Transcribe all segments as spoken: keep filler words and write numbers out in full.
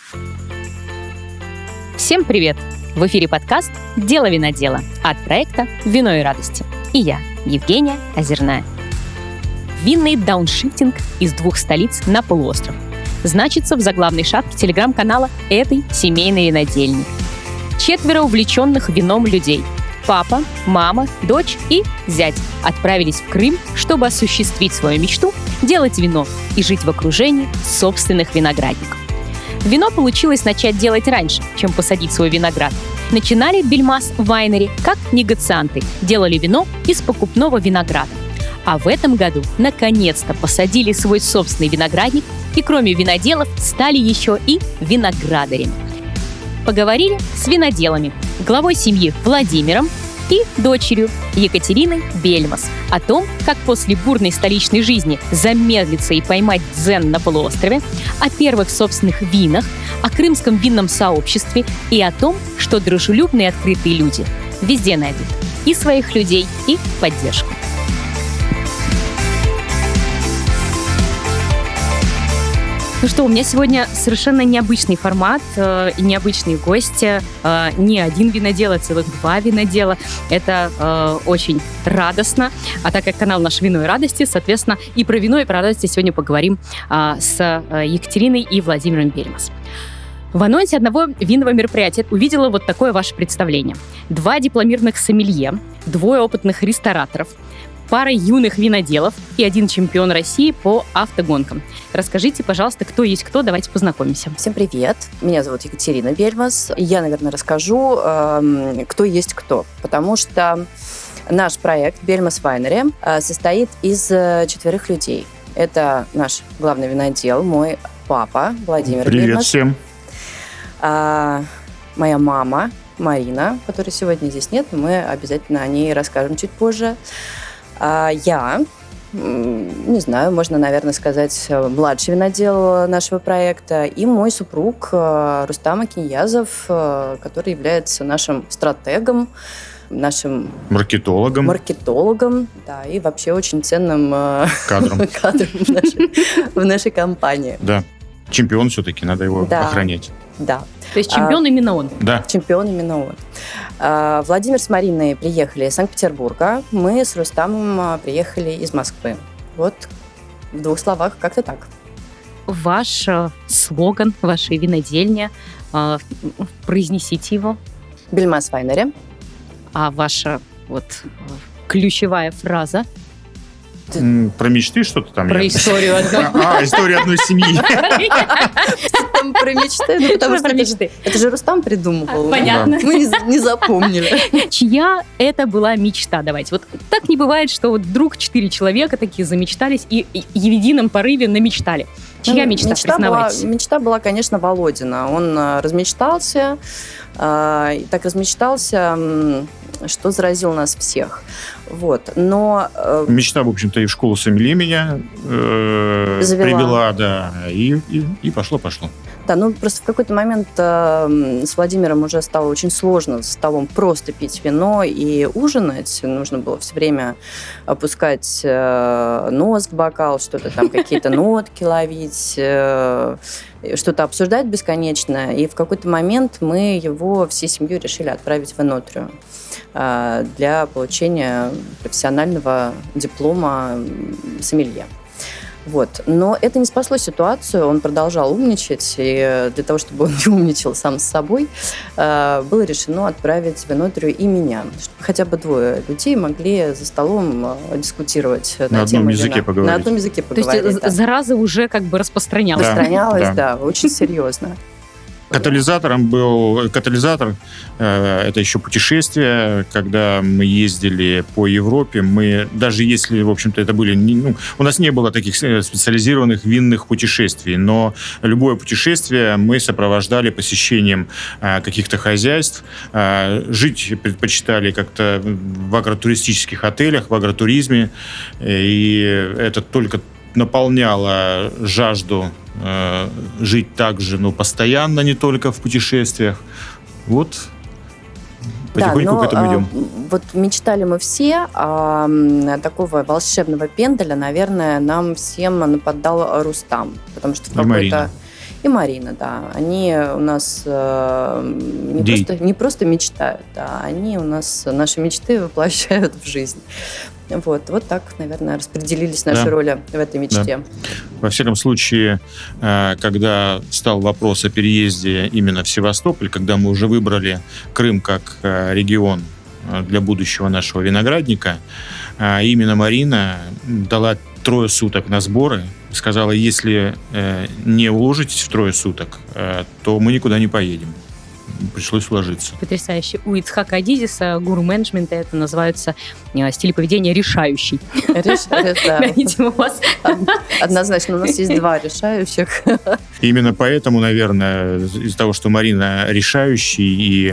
Всем привет! В эфире подкаст «Дело винодела» от проекта «Вино и радости». И я, Евгения Озерная. Винный дауншифтинг из двух столиц на полуостров значится в заглавной шапке телеграм-канала этой семейной винодельни. Четверо увлеченных вином людей – папа, мама, дочь и зять – отправились в Крым, чтобы осуществить свою мечту – делать вино и жить в окружении собственных виноградников. Вино получилось начать делать раньше, чем посадить свой виноград. Начинали Бельмас Вайнери как негацианты, делали вино из покупного винограда. А в этом году наконец-то посадили свой собственный виноградник и кроме виноделов стали еще и виноградарями. Поговорили с виноделами, главой семьи Владимиром и дочерью Екатериной Бельмас о том, как после бурной столичной жизни замедлиться и поймать дзен на полуострове, о первых собственных винах, о крымском винном сообществе и о том, что дружелюбные и открытые люди везде найдут и своих людей, и поддержку. Ну что, у меня сегодня совершенно необычный формат э, и необычные гости. Э, не один винодел, а целых два винодела. Это э, очень радостно. А так как канал «Наше вино и радости», соответственно, и про вино, и про радости сегодня поговорим э, с э, Екатериной и Владимиром Бельмас. В анонсе одного винного мероприятия увидела вот такое ваше представление. Два дипломированных сомелье, двое опытных рестораторов, пара юных виноделов и один чемпион России по автогонкам. Расскажите, пожалуйста, кто есть кто, давайте познакомимся. Всем привет, меня зовут Екатерина Бельмас. Я, наверное, расскажу, э, кто есть кто, потому что наш проект Бельмас Вайнери э, состоит из э, четверых людей. Это наш главный винодел, мой папа Владимир Привет Бельмас. Всем. Э, моя мама Марина, которой сегодня здесь нет, но мы обязательно о ней расскажем чуть позже. Я, не знаю, можно, наверное, сказать, младший винодел нашего проекта, и мой супруг Рустам Акиньязов, который является нашим стратегом, нашим маркетологом, маркетологом, да, и вообще очень ценным кадром, кадром в, нашей, в нашей компании. Да, чемпион все-таки, надо его да. охранять. Да. То есть чемпион а, именно он? Да. Чемпион именно он. А, Владимир с Мариной приехали из Санкт-Петербурга, мы с Рустамом приехали из Москвы. Вот в двух словах как-то так. Ваш э, слоган, вашей винодельни, э, произнесите его. Бельмас Вайнери. А ваша вот ключевая фраза? Про мечты что-то там? Про историю одной. А, историю одной семьи. Про мечты? Ну, потому что мечты. Это же Рустам придумывал. Понятно. Мы не запомнили. Чья это была мечта? Давайте. Вот так не бывает, что вот вдруг четыре человека такие замечтались и в едином порыве намечтали. Чья мечта, мечта признавайтесь? Была, мечта была, конечно, Володина. Он размечтался, э, так размечтался, что заразил нас всех. Вот. Но... Э, Мечта, в общем-то, и в школу сомелье меня э, привела, да, и, и, и пошло-пошло. Да, ну просто в какой-то момент э, с Владимиром уже стало очень сложно за столом просто пить вино и ужинать. Нужно было все время опускать э, нос в бокал, что-то там, какие-то нотки ловить, э, что-то обсуждать бесконечно. И в какой-то момент мы его всей семьей решили отправить в Энотрию э, для получения профессионального диплома сомелье. Вот. Но это не спасло ситуацию, он продолжал умничать, и для того, чтобы он не умничал сам с собой, было решено отправить в Энотрию и меня, чтобы хотя бы двое людей могли за столом дискутировать на, на тему одном языке вина. поговорить. На одном языке поговорить. То есть да. зараза уже как бы распространялась. Да, Распространялась, да. да, очень серьезно. Катализатором был катализатор, э, это еще путешествие, когда мы ездили по Европе, мы, даже если, в общем-то, это были, ну, у нас не было таких специализированных винных путешествий, но любое путешествие мы сопровождали посещением э, каких-то хозяйств, э, жить предпочитали как-то в агротуристических отелях, в агротуризме, и это только наполняло жажду э, жить так же, но постоянно, не только в путешествиях. Вот потихоньку да, но, к этому идем. Вот мечтали мы все, а такого волшебного пенделя, наверное, нам всем нападал Рустам. Потому что в И Марина. И Марина, да. Они у нас э, не, просто, не просто мечтают, да, они у нас наши мечты воплощают в жизнь. Вот, вот так, наверное, распределились наши да. роли в этой мечте. Да. Во всяком случае, когда стал вопрос о переезде именно в Севастополь, когда мы уже выбрали Крым как регион для будущего нашего виноградника, именно Марина дала трое суток на сборы, сказала, если не уложитесь в трое суток, то мы никуда не поедем. Пришлось вложиться. Потрясающе. У Ицхака Адизиса, гуру менеджмента, это называется э, стиль поведения решающий. Видимо, у вас однозначно у нас есть два решающих. Именно поэтому, наверное, из-за того, что Марина решающий и,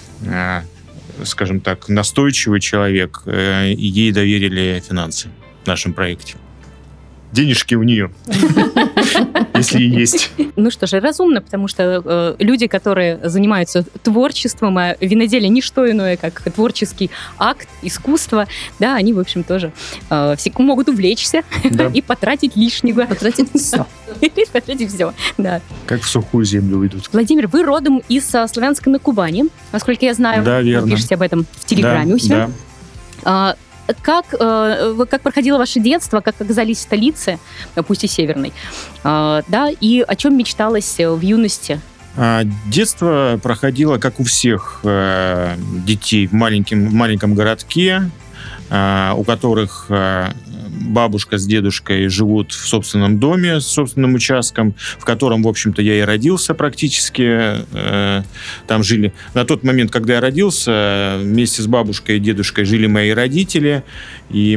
скажем так, настойчивый человек, ей доверили финансы в нашем проекте. Денежки у нее, если и есть. Ну что же, разумно, потому что э, люди, которые занимаются творчеством, а виноделие не что иное, как творческий акт, искусство, да, они, в общем, тоже э, все могут увлечься да. и потратить лишнего. Потратить все. Потратить все, да. Как в сухую землю уйдут. Владимир, вы родом из Славянска на Кубани, насколько я знаю. Да, верно. Вы пишете об этом в Телеграме да, у себя. Да. Как, как проходило ваше детство, как оказались в столице, пусть и северной, да, и о чем мечталось в юности? Детство проходило, как у всех детей, в маленьком, в маленьком городке, у которых бабушка с дедушкой живут в собственном доме с собственным участком, в котором, в общем-то, я и родился практически. Там жили... На тот момент, когда я родился, вместе с бабушкой и дедушкой жили мои родители. И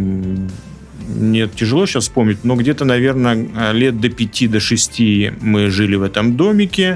мне тяжело сейчас вспомнить, но где-то, наверное, лет до пяти, до шести мы жили в этом домике.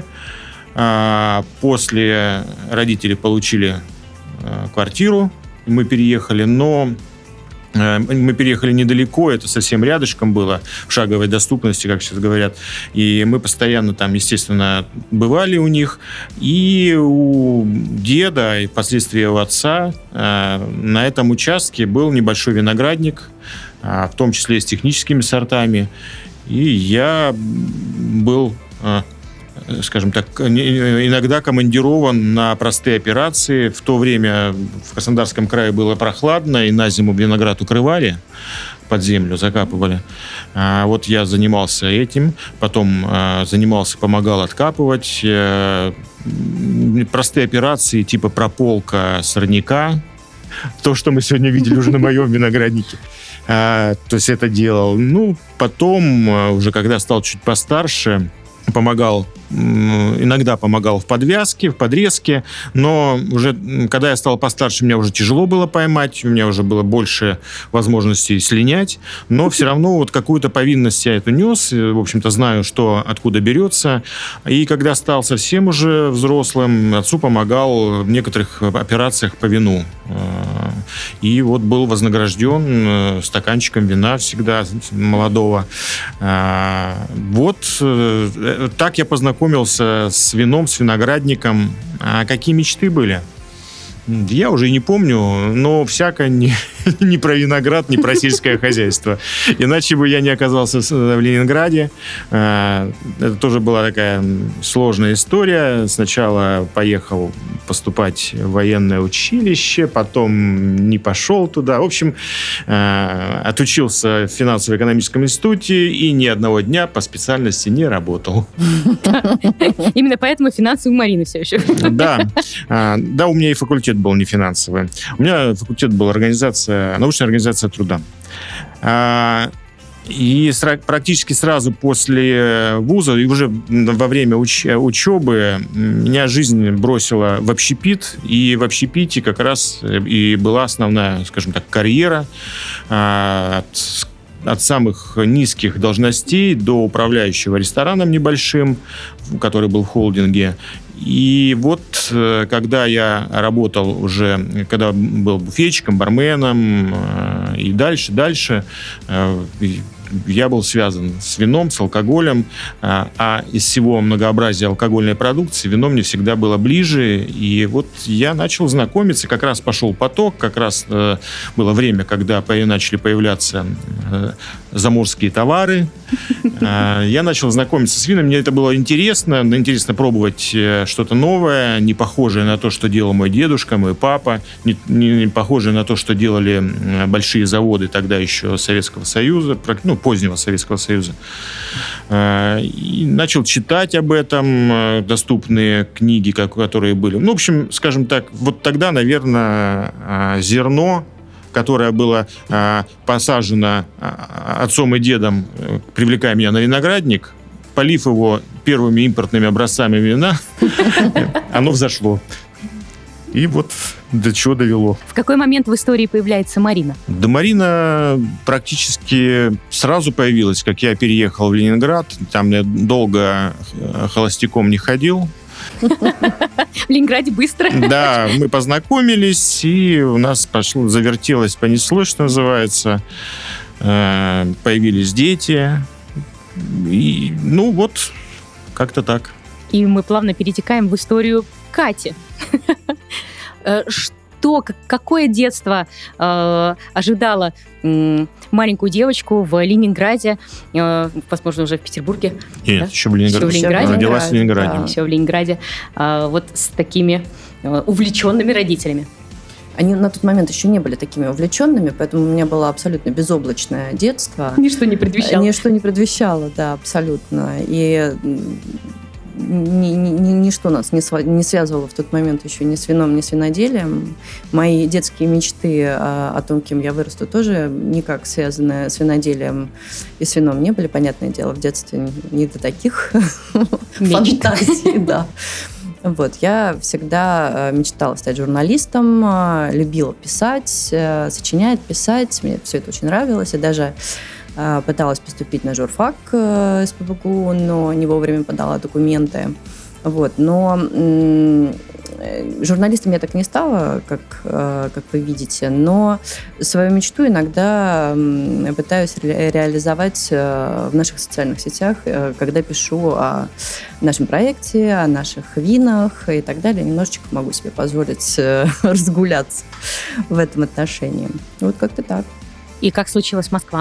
После родители получили квартиру, мы переехали, но мы переехали недалеко, это совсем рядышком было, в шаговой доступности, как сейчас говорят. И мы постоянно там, естественно, бывали у них. И у деда, и впоследствии у отца на этом участке был небольшой виноградник, в том числе и с техническими сортами. И я был... скажем так, иногда командирован на простые операции. В то время в Краснодарском крае было прохладно, и на зиму виноград укрывали, под землю закапывали. А вот я занимался этим, потом а, занимался, помогал откапывать. А, простые операции типа прополка сорняка, то, что мы сегодня видели уже на моем винограднике. А, то есть это делал. Ну, потом, уже когда стал чуть постарше, помогал, иногда помогал в подвязке, в подрезке, но уже, когда я стал постарше, мне уже тяжело было поймать, у меня уже было больше возможностей слинять, но все равно вот какую-то повинность я эту нес, в общем-то, знаю, что откуда берется, и когда стал совсем уже взрослым, отцу помогал в некоторых операциях по вину, и вот был вознагражден стаканчиком вина всегда молодого. Вот так я познакомился с вином, с виноградником. А какие мечты были? Я уже и не помню, но всяко не, не про виноград, не про сельское хозяйство. Иначе бы я не оказался в Ленинграде. Это тоже была такая сложная история. Сначала поехал поступать в военное училище, потом не пошел туда. В общем, отучился в финансово-экономическом институте и ни одного дня по специальности не работал. Именно поэтому финансы у Марины все еще. Да, да, у меня и факультет был не финансовый. У меня факультет был организация, научная организация труда. И практически сразу после вуза и уже во время уч- учебы меня жизнь бросила в общепит. И в общепите как раз и была основная, скажем так, карьера от от самых низких должностей до управляющего рестораном небольшим, который был в холдинге. И вот, когда я работал уже, когда был буфетчиком, барменом и дальше, дальше, я был связан с вином, с алкоголем, а, а из всего многообразия алкогольной продукции вино мне всегда было ближе, и вот я начал знакомиться, как раз пошел поток, как раз э, было время, когда по- начали появляться э, заморские товары. Э, я начал знакомиться с вином, мне это было интересно, интересно пробовать э, что-то новое, не похожее на то, что делал мой дедушка, мой папа, не, не похожее на то, что делали э, большие заводы тогда еще Советского Союза, ну, позднего Советского Союза. Э, и начал читать об этом, э, доступные книги, как, которые были. Ну, в общем, скажем так, вот тогда, наверное, э, зерно, которое было э, посажено э, отцом и дедом, э, привлекая меня на виноградник, полив его первыми импортными образцами вина, оно взошло. И вот до чего довело. В какой момент в истории появляется Марина? Да Марина практически сразу появилась, как я переехал в Ленинград. Там я долго холостяком не ходил. В Ленинграде быстро. Да, мы познакомились, и у нас пошло, завертелось, понеслось, что называется. Появились дети. И, ну вот, как-то так. И мы плавно перетекаем в историю Кати. Что, какое детство э, ожидало э, маленькую девочку в Ленинграде, э, возможно, уже в Петербурге? Нет, да? еще в Ленинграде. Еще в Ленинграде. Родилась в Ленинграде. Да. Еще в Ленинграде. Э, вот с такими э, увлеченными родителями. Они на тот момент еще не были такими увлеченными, поэтому у меня было абсолютно безоблачное детство. Ничто не предвещало. Ничто не предвещало, да, абсолютно. И ни, ни, ни, ничто нас не, сва- не связывало в тот момент еще ни с вином, ни с виноделием. Мои детские мечты о, о том, кем я вырасту, тоже никак связаны с виноделием и с вином не были. Понятное дело, в детстве не до таких фантазий, да. Вот, я всегда мечтала стать журналистом, любила писать, сочинять, писать. Мне все это очень нравилось. Я даже пыталась поступить на журфак эс пэ бэ гэ у, но не вовремя подала документы. Вот, но м- журналистом я так и не стала, как, как вы видите, но свою мечту иногда м- пытаюсь ре- реализовать в наших социальных сетях, когда пишу о нашем проекте, о наших винах и так далее. Немножечко могу себе позволить разгуляться в этом отношении. Вот как-то так. И как случилась Москва?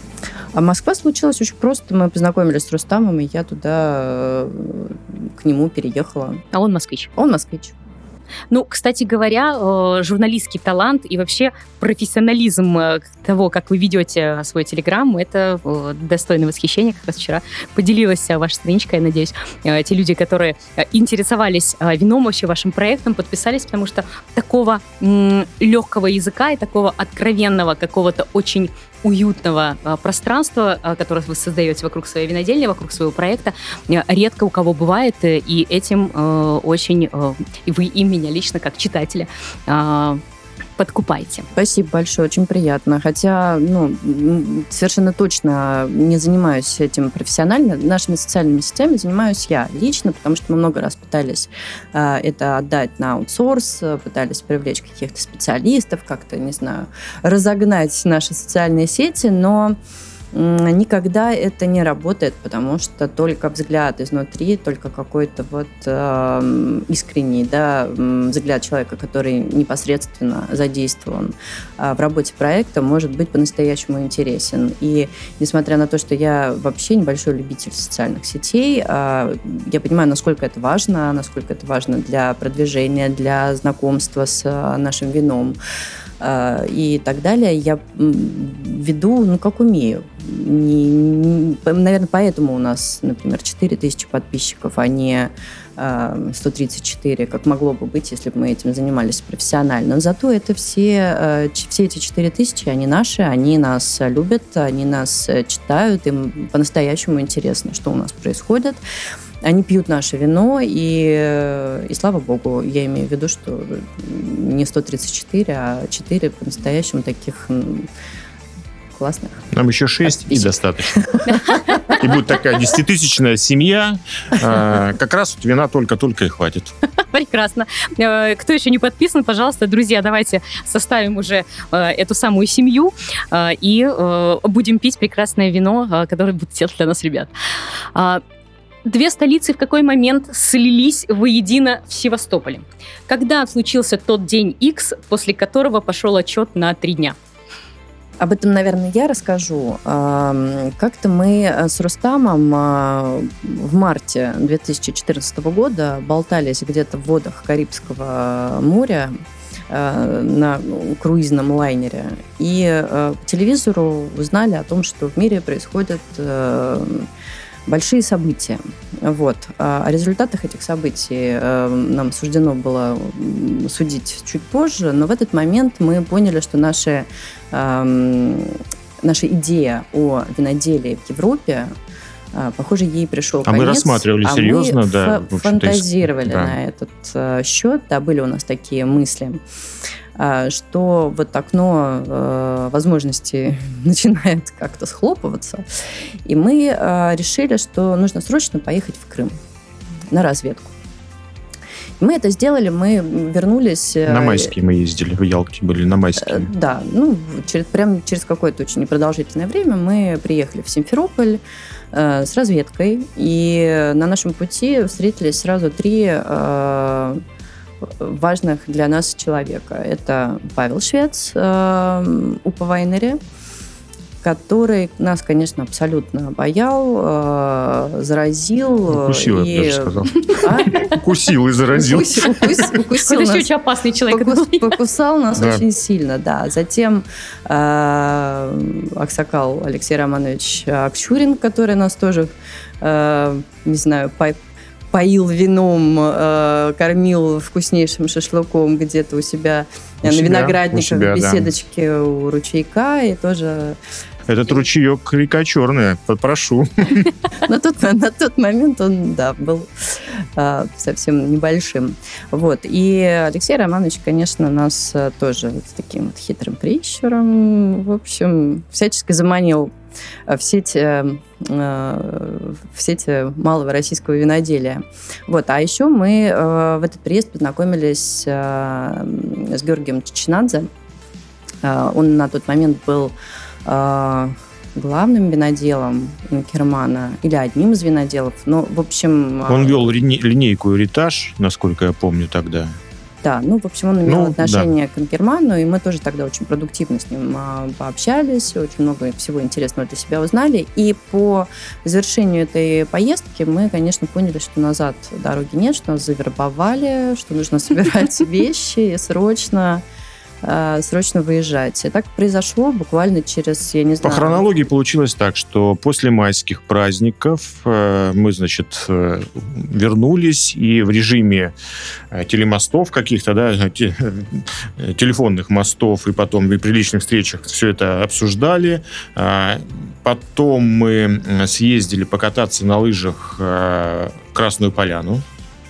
А Москва случилась очень просто. Мы познакомились с Рустамом, и я туда к нему переехала. А он москвич. Он москвич. Ну, кстати говоря, журналистский талант и вообще профессионализм того, как вы ведете свой телеграм, это достойно восхищения. Как раз вчера поделилась ваша страничка, я надеюсь, те люди, которые интересовались вином, вообще вашим проектом, подписались, потому что такого м- легкого языка и такого откровенного, какого-то очень уютного а, пространства, а, которое вы создаете вокруг своей винодельни, вокруг своего проекта, а, редко у кого бывает, и этим а, очень, а, и вы и меня лично, как читателя, а, подкупаете. Спасибо большое, очень приятно. Хотя, ну, совершенно точно не занимаюсь этим профессионально. Нашими социальными сетями занимаюсь я лично, потому что мы много раз пытались э, это отдать на аутсорс, пытались привлечь каких-то специалистов, как-то, не знаю, разогнать наши социальные сети, но никогда это не работает, потому что только взгляд изнутри, только какой-то вот э, искренний, да, взгляд человека, который непосредственно задействован э, в работе проекта, может быть по-настоящему интересен. И несмотря на то, что я вообще небольшой любитель социальных сетей, э, я понимаю, насколько это важно, насколько это важно для продвижения, для знакомства с э, нашим вином и так далее, я веду, ну, как умею. Не, не, наверное, поэтому у нас, например, четыре тысячи подписчиков, а не э, сто тридцать четыре, как могло бы быть, если бы мы этим занимались профессионально. Но зато это все, э, все эти четыре тысячи, они наши, они нас любят, они нас читают, им по-настоящему интересно, что у нас происходит. Они пьют наше вино, и, и слава богу, я имею в виду, что не сто тридцать четыре, а четыре по-настоящему таких классных. Нам еще шесть и достаточно. И будет такая десятитысячная семья. Как раз вот вина только-только и хватит. Прекрасно. Э, Кто еще не подписан, пожалуйста, друзья, давайте составим уже э, эту самую семью э, и э, будем пить прекрасное вино, э, которое будет делать для нас ребят. А, Две столицы в какой момент слились воедино в Севастополе? Когда случился тот день X, после которого пошел отчет на три дня? Об этом, наверное, я расскажу. Ам, Как-то мы с Рустамом а, в марте две тысячи четырнадцатого года болтались где-то в водах Карибского моря а, на ну, круизном лайнере. И а, по телевизору узнали о том, что в мире происходят а, большие события. Вот. О результатах этих событий нам суждено было судить чуть позже, но в этот момент мы поняли, что наши, наша идея о виноделии в Европе, похоже, ей пришел а конец. Мы рассматривали а серьезно, мы да. ф- фантазировали да. на этот счет, да, были у нас такие мысли, что вот окно э, возможностей начинает как-то схлопываться. И мы э, решили, что нужно срочно поехать в Крым на разведку. Мы это сделали, мы вернулись... На майские мы ездили, в Ялте были, на майские. Э, да, ну, через, прям через какое-то очень непродолжительное время мы приехали в Симферополь э, с разведкой, и на нашем пути встретились сразу три э, важных для нас человека. Это Павел Швец, э, Упа Вайнери, который нас, конечно, абсолютно обаял, э, заразил. Укусил, и... я даже сказал. А? Укусил и заразил. Укусил, укусил, укусил Вот еще нас. очень опасный человек. Покус- покусал нас Да. очень сильно, да. Затем э, Аксакал Алексей Романович Акчурин, который нас тоже, э, не знаю, по- поил вином, э, кормил вкуснейшим шашлыком где-то у себя У на себя, виноградниках, у себя, в да. беседочке у ручейка, и тоже... Этот ручеек река Черная, попрошу. На тот, на тот момент он, да, был а, совсем небольшим. Вот. И Алексей Романович, конечно, нас а, тоже вот с таким вот хитрым прищуром, в общем, всячески заманил в сеть, а, в сеть малого российского виноделия. Вот. А еще мы а, в этот приезд познакомились а, с Георгием Чичинадзе. А, он на тот момент был главным виноделом Инкермана или одним из виноделов. Ну, в общем... Он вел линейку «Эритаж», насколько я помню тогда. Да, ну, в общем, он имел Ну, отношение да. к Инкерману, и мы тоже тогда очень продуктивно с ним пообщались, очень много всего интересного для себя узнали. И по завершению этой поездки мы, конечно, поняли, что назад дороги нет, что нас завербовали, что нужно собирать вещи и срочно... срочно выезжать. И так произошло буквально через, я не знаю... По хронологии получилось так, что после майских праздников мы, значит, вернулись, и в режиме телемостов каких-то, да, телефонных мостов, и потом при личных встречах все это обсуждали. Потом мы съездили покататься на лыжах в Красную Поляну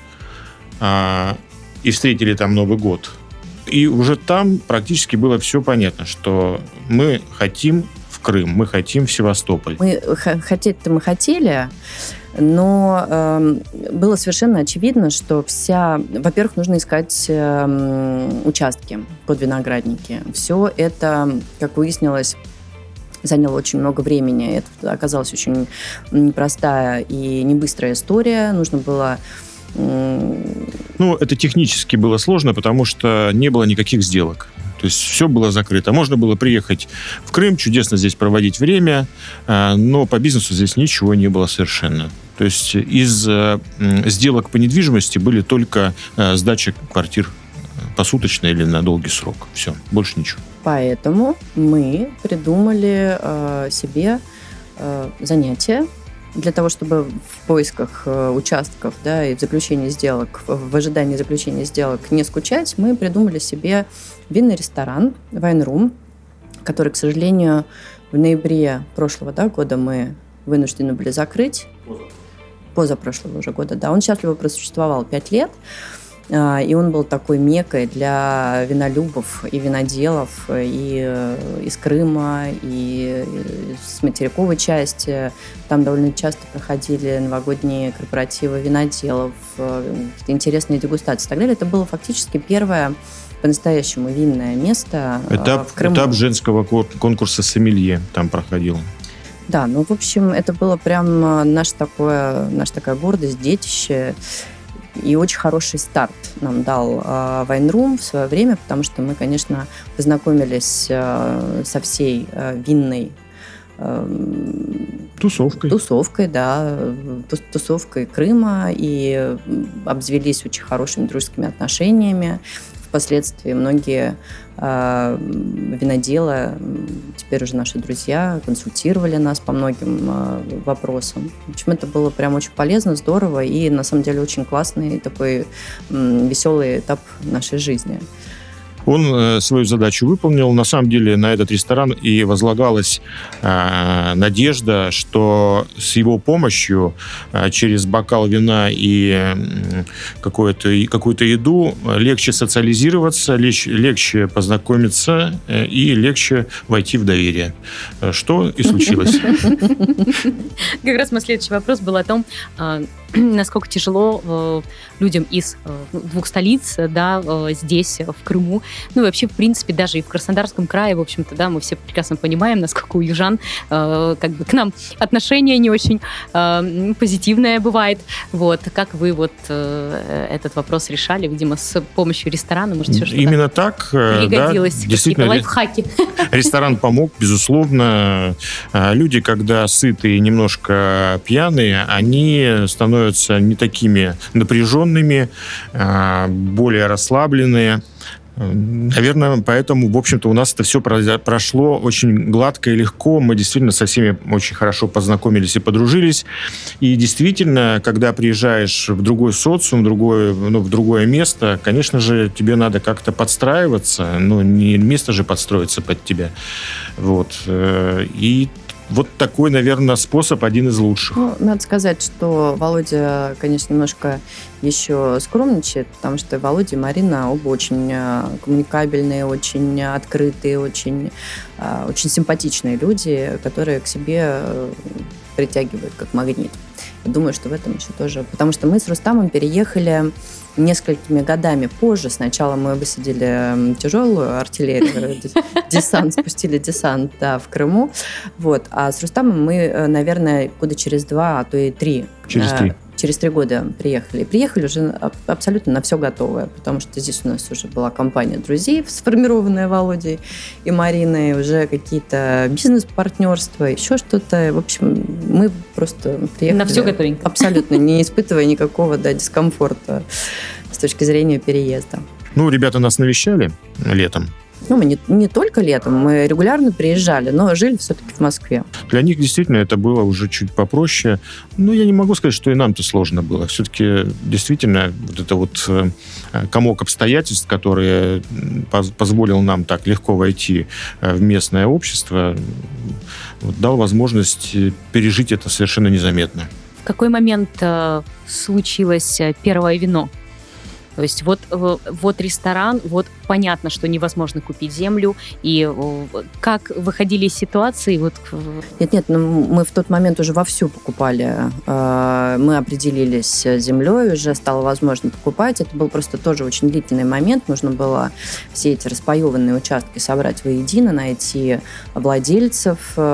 и встретили там Новый год. И уже там практически было все понятно, что мы хотим в Крым, мы хотим в Севастополь. Мы х- хотеть-то мы хотели, но э, было совершенно очевидно, что вся... Во-первых, нужно искать э, участки под виноградники. Все это, как выяснилось, заняло очень много времени. Это оказалась очень непростая и небыстрая история. Нужно было... Ну, это технически было сложно, потому что не было никаких сделок. То есть все было закрыто. Можно было приехать в Крым, чудесно здесь проводить время, но по бизнесу здесь ничего не было совершенно. То есть из сделок по недвижимости были только сдача квартир посуточно или на долгий срок. Все, больше ничего. Поэтому мы придумали себе занятие, для того, чтобы в поисках участков, да, и в заключении сделок, в ожидании заключения сделок не скучать, мы придумали себе винный ресторан «Вайнрум», который, к сожалению, в ноябре прошлого, да, года мы вынуждены были закрыть. Позапрошлого уже года, да. Он счастливо просуществовал пять лет. И он был такой меккой для винолюбов и виноделов и из Крыма, и с материковой части. Там довольно часто проходили новогодние корпоративы виноделов, какие-то интересные дегустации и так далее. Это было фактически первое по-настоящему винное место этап, в Крыму. Этап женского конкурса сомелье там проходил. Да, ну, в общем, это было прям наш такое, наша такая гордость, детище. И очень хороший старт нам дал э, Вайнрум в свое время, потому что мы, конечно, познакомились э, со всей э, винной э, тусовкой. Тусовкой, да, тусовкой Крыма, и обзавелись очень хорошими дружескими отношениями. Впоследствии многие э, виноделы, теперь уже наши друзья, консультировали нас по многим э, вопросам. В общем, это было прям очень полезно, здорово и, на самом деле, очень классный такой э, веселый этап нашей жизни. Он э, свою задачу выполнил. На самом деле на этот ресторан и возлагалась э, надежда, что с его помощью э, через бокал вина и э, какую-то, и какую-то еду легче социализироваться, легче, легче познакомиться э, и легче войти в доверие. Что и случилось. Как раз мой следующий вопрос был о том, насколько тяжело людям из двух столиц, да, здесь, в Крыму, ну и вообще, в принципе, даже и в Краснодарском крае, в общем-то, да, мы все прекрасно понимаем, насколько у южан как бы к нам отношение не очень позитивное бывает. Вот. Как вы вот этот вопрос решали? Видимо, с помощью ресторана, может, все что-то именно так, пригодилось, да, действительно, лайфхаки. Ресторан помог, безусловно. Люди, когда сытые и немножко пьяные, они становятся не такими напряженными, более расслабленные. Наверное, поэтому, в общем-то, у нас это все прошло очень гладко и легко. Мы действительно со всеми очень хорошо познакомились и подружились. И действительно, когда приезжаешь в другой социум, в другое, ну, в другое место, конечно же, тебе надо как-то подстраиваться. Ну, не место же подстроиться под тебя. Вот. И вот такой, наверное, способ один из лучших. Ну, надо сказать, что Володя, конечно, немножко еще скромничает, потому что Володя и Марина оба очень коммуникабельные, очень открытые, очень, очень симпатичные люди, которые к себе притягивают как магнит. Я думаю, что в этом еще тоже... Потому что мы с Рустамом переехали несколькими годами позже. Сначала мы высадили тяжелую артиллерию, десант, спустили десант, да, в Крыму. Вот. А с Рустамом мы, наверное, года через два, а то и три. Через три. Через три года приехали. Приехали уже абсолютно на все готовое, потому что здесь у нас уже была компания друзей, сформированная Володей и Мариной, уже какие-то бизнес-партнерства, еще что-то. В общем, мы просто приехали... На все готовенько. Абсолютно, не испытывая никакого, да, дискомфорта с точки зрения переезда. Ну, ребята нас навещали летом. Ну, мы не, не только летом, мы регулярно приезжали, но жили все-таки в Москве. Для них действительно это было уже чуть попроще. Но я не могу сказать, что и нам-то сложно было. Все-таки действительно вот это вот комок обстоятельств, который позволил нам так легко войти в местное общество, дал возможность пережить это совершенно незаметно. В какой момент э, случилось первое вино? То есть вот, вот ресторан, вот понятно, что невозможно купить землю. И как выходили из ситуации? Вот... Нет-нет, ну, мы в тот момент уже вовсю покупали. Мы определились с землей, уже стало возможно покупать. Это был просто тоже очень длительный момент. Нужно было все эти распаеванные участки собрать воедино, найти владельцев.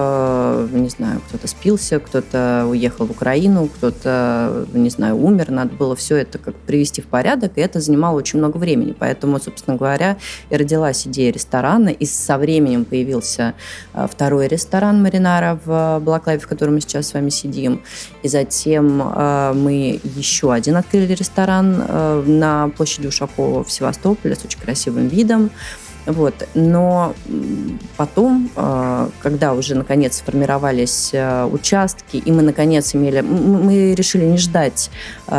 Не знаю, кто-то спился, кто-то уехал в Украину, кто-то, не знаю, умер. Надо было все это как привести в порядок, и это занимало очень много времени. Поэтому, собственно говоря, и родилась идея ресторана, и со временем появился второй ресторан Маринара в Балаклаве, в котором мы сейчас с вами сидим. И затем мы еще один открыли ресторан на площади Ушакова в Севастополе с очень красивым видом. Вот. Но потом, когда уже наконец сформировались участки, и мы наконец имели... Мы решили не ждать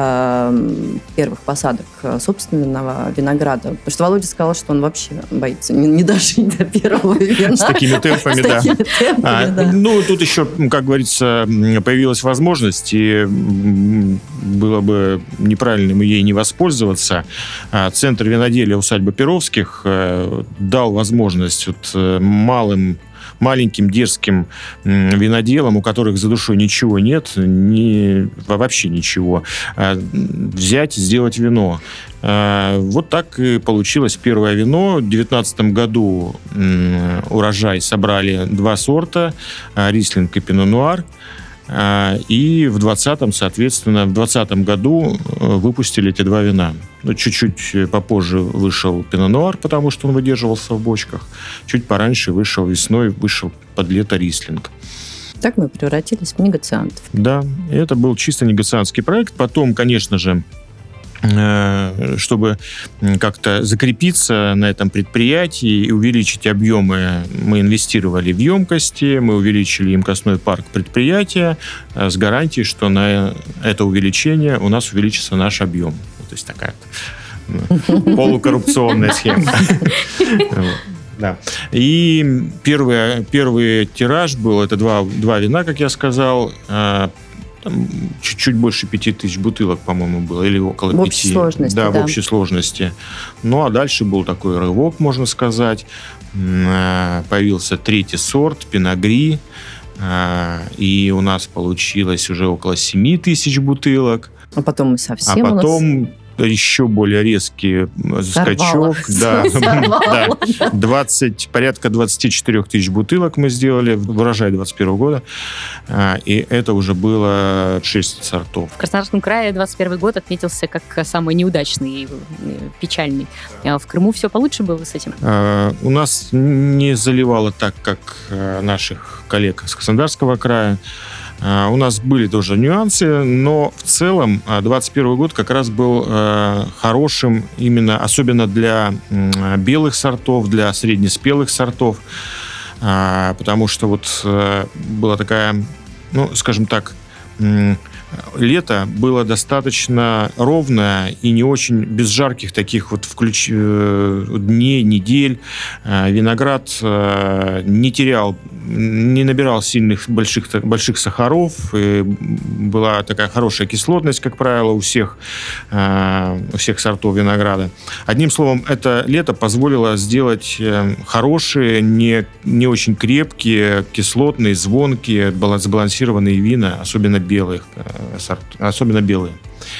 первых посадок собственного винограда, потому что Володя сказал, что он вообще боится не дожить до первого вина. С такими темпами, да. Ну, тут еще, как говорится, появилась возможность, и было бы неправильным ей не воспользоваться. Центр виноделия усадьбы Перовских дал возможность вот малым маленьким дерзким виноделам, у которых за душой ничего нет, ни, вообще ничего, взять, сделать вино. Вот так и получилось первое вино. В две тысячи девятнадцатом году урожай собрали два сорта, рислинг и пино нуар. И в двадцатом, соответственно, в двадцатом году выпустили эти два вина. Ну, чуть-чуть попозже вышел пино нуар, потому что он выдерживался в бочках. Чуть пораньше вышел весной, вышел под лето рислинг. Так мы превратились в негациантов. Да, это был чисто негациантский проект. Потом, конечно же, чтобы как-то закрепиться на этом предприятии и увеличить объемы, мы инвестировали в емкости, мы увеличили емкостной парк предприятия с гарантией, что на это увеличение у нас увеличится наш объем. То есть такая полукоррупционная схема. Да. И первый, первый тираж был, это два, два вина, как я сказал, там чуть-чуть больше пяти тысяч бутылок, по-моему, было, или около пяти. В общей сложности, да, да. в общей сложности. Ну, а дальше был такой рывок, можно сказать. Появился третий сорт, пиногри, и у нас получилось уже около семи тысяч бутылок. А потом мы совсем... А потом... Нас... еще более резкий Сорвало. скачок. Да, да. двадцать, порядка двадцать четыре тысяч бутылок мы сделали в урожае двадцать первого года. И это уже было шесть сортов. В Краснодарском крае двадцать первый год отметился как самый неудачный и печальный. А в Крыму все получше было с этим? У нас не заливало так, как наших коллег с Краснодарского края. Uh, у нас были тоже нюансы, но в целом двадцать первый год как раз был uh, хорошим именно, особенно для uh, белых сортов, для среднеспелых сортов, uh, потому что вот uh, была такая, ну, скажем так, um, лето было достаточно ровное и не очень без жарких таких вот включ... дней, недель. Виноград не терял, не набирал сильных больших, больших сахаров. И была такая хорошая кислотность, как правило, у всех, у всех сортов винограда. Одним словом, это лето позволило сделать хорошие, не, не очень крепкие, кислотные, звонкие, сбалансированные вина, особенно белых. Сорт, особенно белые.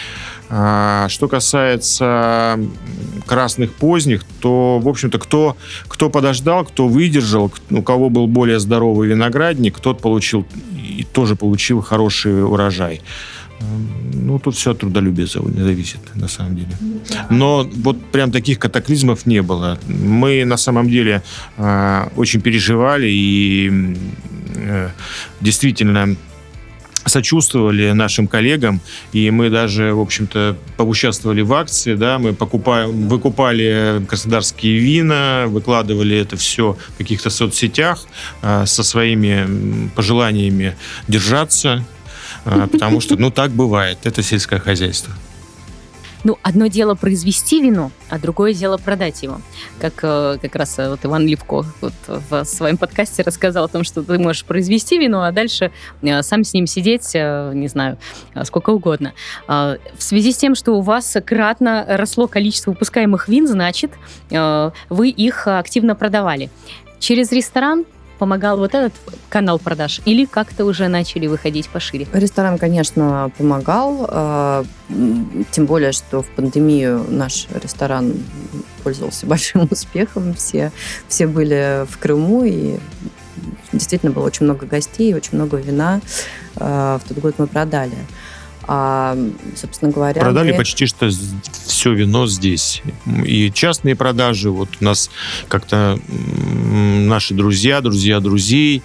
А, что касается красных поздних, то, в общем-то, кто, кто подождал, кто выдержал, у кого был более здоровый виноградник, тот получил и тоже получил хороший урожай. Ну, тут все от трудолюбия зависит, на самом деле. Но вот прям таких катаклизмов не было. Мы, на самом деле, очень переживали и действительно сочувствовали нашим коллегам, и мы даже, в общем-то, поучаствовали в акции, да, мы покупаем, выкупали краснодарские вина, выкладывали это все в каких-то соцсетях э, со своими пожеланиями держаться, э, потому что, ну, так бывает, это сельское хозяйство. Ну, одно дело произвести вино, а другое дело продать его. Как как раз вот Иван Левко вот в своем подкасте рассказал о том, что ты можешь произвести вино, а дальше сам с ним сидеть, не знаю, сколько угодно. В связи с тем, что у вас кратно росло количество выпускаемых вин, значит, вы их активно продавали. Через ресторан помогал вот этот канал продаж? Или как-то уже начали выходить пошире? Ресторан, конечно, помогал. Тем более, что в пандемию наш ресторан пользовался большим успехом. Все, все были в Крыму, и действительно было очень много гостей, очень много вина. В тот год мы продали. А, собственно говоря... Продали мы... почти что все вино здесь. И частные продажи. Вот у нас как-то наши друзья, друзья друзей...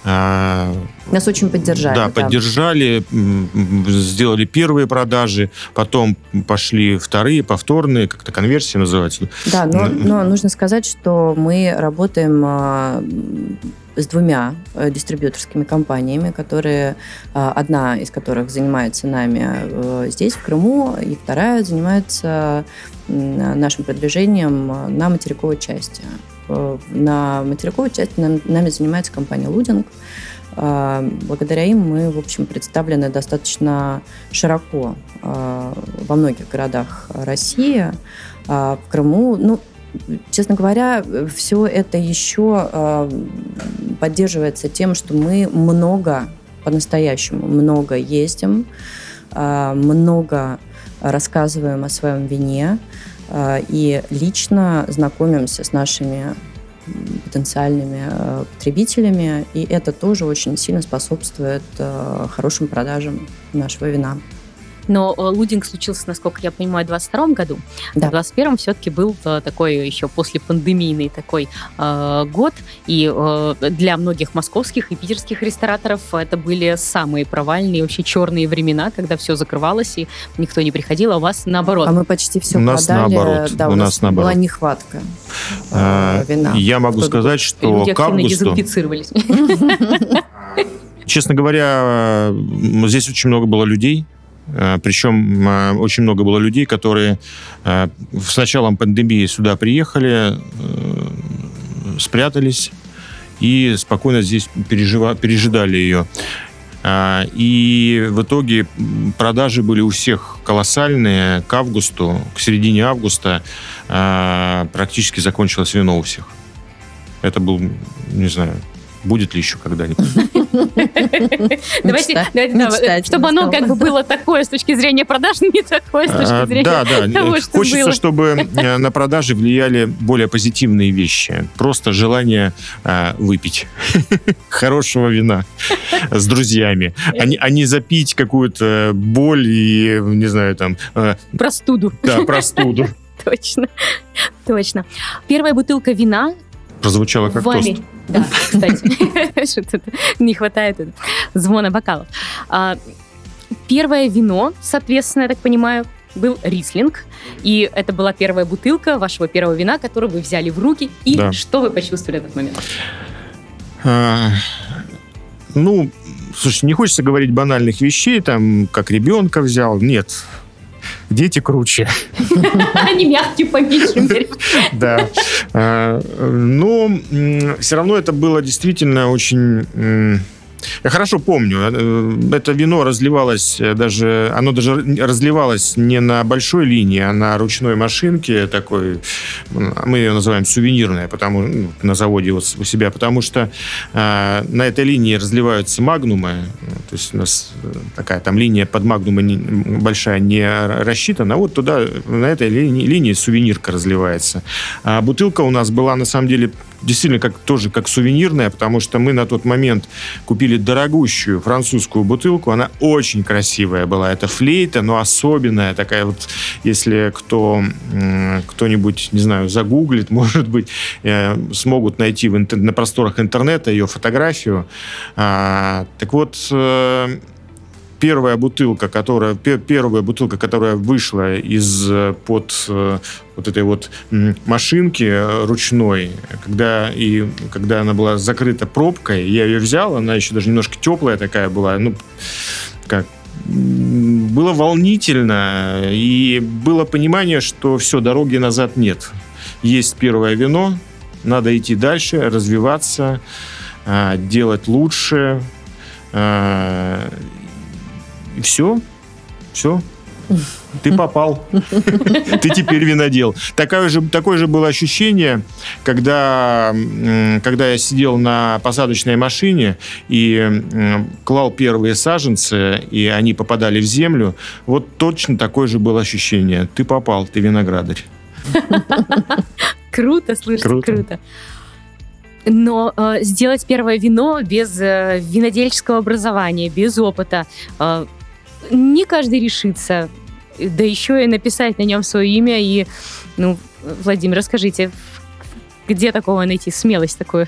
Нас очень поддержали. Да, да, поддержали, сделали первые продажи, потом пошли вторые, повторные, как-то конверсия называется. Да, но, но нужно сказать, что мы работаем с двумя дистрибьюторскими компаниями, которые, одна из которых занимается нами здесь, в Крыму, и вторая занимается нашим продвижением на материковой части. На материковой части нами занимается компания «Лудинг». Благодаря им мы, в общем, представлены достаточно широко во многих городах России. В Крыму, ну, честно говоря, все это еще поддерживается тем, что мы много, по-настоящему много ездим, много рассказываем о своем вине и лично знакомимся с нашими потенциальными потребителями, и это тоже очень сильно способствует хорошим продажам нашего вина. Но лудинг случился, насколько я понимаю, в двадцать втором году. Да. В двадцать первом все-таки был такой еще послепандемийный такой э, год. И э, для многих московских и питерских рестораторов это были самые провальные, вообще черные времена, когда все закрывалось и никто не приходил, а у вас наоборот. А мы почти все у продали. Нас наоборот. Да, у, у нас, нас наоборот. была нехватка а, вина. Я могу Кто сказать, что люди к августу... дезинфицировались. Честно говоря, здесь очень много было людей. Причем очень много было людей, которые с началом пандемии сюда приехали, спрятались и спокойно здесь пережива, пережидали ее. И в итоге продажи были у всех колоссальные. К августу, к середине августа практически закончилось вино у всех. Это был, не знаю, будет ли еще когда-нибудь. Давайте, чтобы оно как бы было такое с точки зрения продаж, не такое с точки зрения Да, да. того, что было. Хочется, чтобы на продажи влияли более позитивные вещи. Просто желание выпить хорошего вина с друзьями, а не запить какую-то боль и, не знаю, там... Простуду. Да, простуду. Точно, точно. Первая бутылка вина прозвучало как тост. Да, кстати, что-то не хватает звона бокалов. Первое вино, соответственно, я так понимаю, был рислинг. И это была первая бутылка вашего первого вина, которую вы взяли в руки. И да. Что вы почувствовали в этот момент? А, ну, слушай, не хочется говорить банальных вещей, там, как ребенка взял. Нет. Дети круче. Они мягкие по меньшей мере. Да. Но все равно это было действительно очень... Я хорошо помню, это вино разливалось даже, оно даже разливалось не на большой линии, а на ручной машинке такой, мы ее называем сувенирная, потому, на заводе вот у себя, потому что э, на этой линии разливаются магнумы, то есть у нас такая там линия под магнумы не, большая не рассчитана, а вот туда, на этой линии, линии сувенирка разливается. А бутылка у нас была на самом деле действительно как, тоже как сувенирная, потому что мы на тот момент купили дорогущую французскую бутылку. Она очень красивая была. Это флейта, но особенная такая вот, если кто, кто-нибудь, не знаю, загуглит, может быть, смогут найти в интер- на просторах интернета ее фотографию. А, так вот, первая бутылка, которая, первая бутылка, которая вышла из-под вот этой вот машинки ручной, когда, и, когда она была закрыта пробкой, я ее взял, она еще даже немножко теплая такая была, ну, как, было волнительно, и было понимание, что все, дороги назад нет. Есть первое вино, надо идти дальше, развиваться, делать лучше, и все, все, ты попал, ты теперь винодел. Такое же, такое же было ощущение, когда, когда я сидел на посадочной машине и клал первые саженцы, и они попадали в землю. Вот точно такое же было ощущение. Ты попал, ты виноградарь. Круто, слышите, круто. круто. Но э, сделать первое вино без э, винодельческого образования, без опыта, э, не каждый решится. Да еще и написать на нем свое имя. И, ну, Владимир, расскажите, где такого найти смелость такую?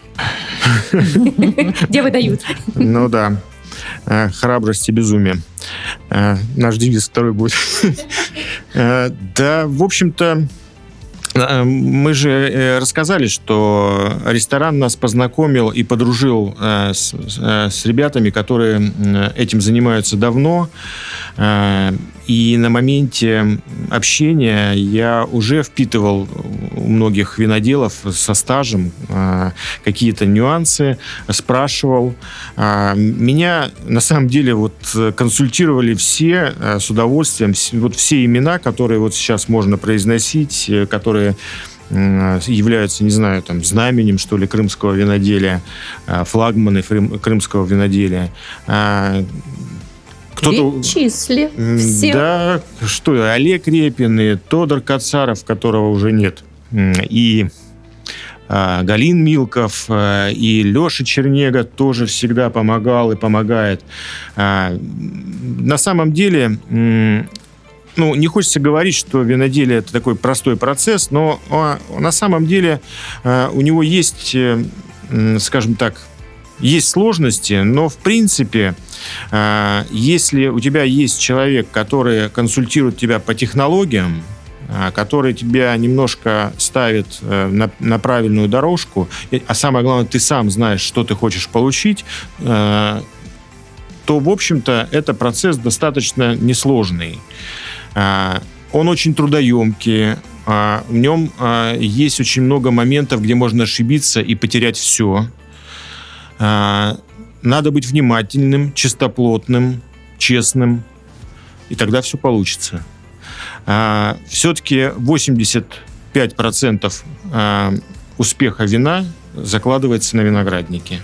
Где выдают? Ну да, храбрость и безумие. Наш девиз второй будет. Да, в общем-то, мы же рассказали, что ресторан нас познакомил и подружил с, с ребятами, которые этим занимаются давно. И на моменте общения я уже впитывал у многих виноделов со стажем какие-то нюансы, спрашивал. Меня, на самом деле, вот консультировали все с удовольствием. Вот все имена, которые вот сейчас можно произносить, которые являются, не знаю, там, знаменем, что ли, крымского виноделия, флагманы крымского виноделия. Кто-то... Перечисли всех. Да, что, Олег Репин и Тодор Кацаров, которого уже нет, и а, Галин Милков, а, и Леша Чернега тоже всегда помогал и помогает. А, на самом деле... Ну, не хочется говорить, что виноделие – это такой простой процесс, но а, на самом деле а, у него есть, э, скажем так, есть сложности, но, в принципе, а, если у тебя есть человек, который консультирует тебя по технологиям, а, который тебя немножко ставит а, на, на правильную дорожку, а самое главное, ты сам знаешь, что ты хочешь получить, а, то, в общем-то, это процесс достаточно несложный. Он очень трудоемкий, в нем есть очень много моментов, где можно ошибиться и потерять все. Надо быть внимательным, чистоплотным, честным, и тогда все получится. Все-таки восемьдесят пять процентов успеха вина закладывается на винограднике.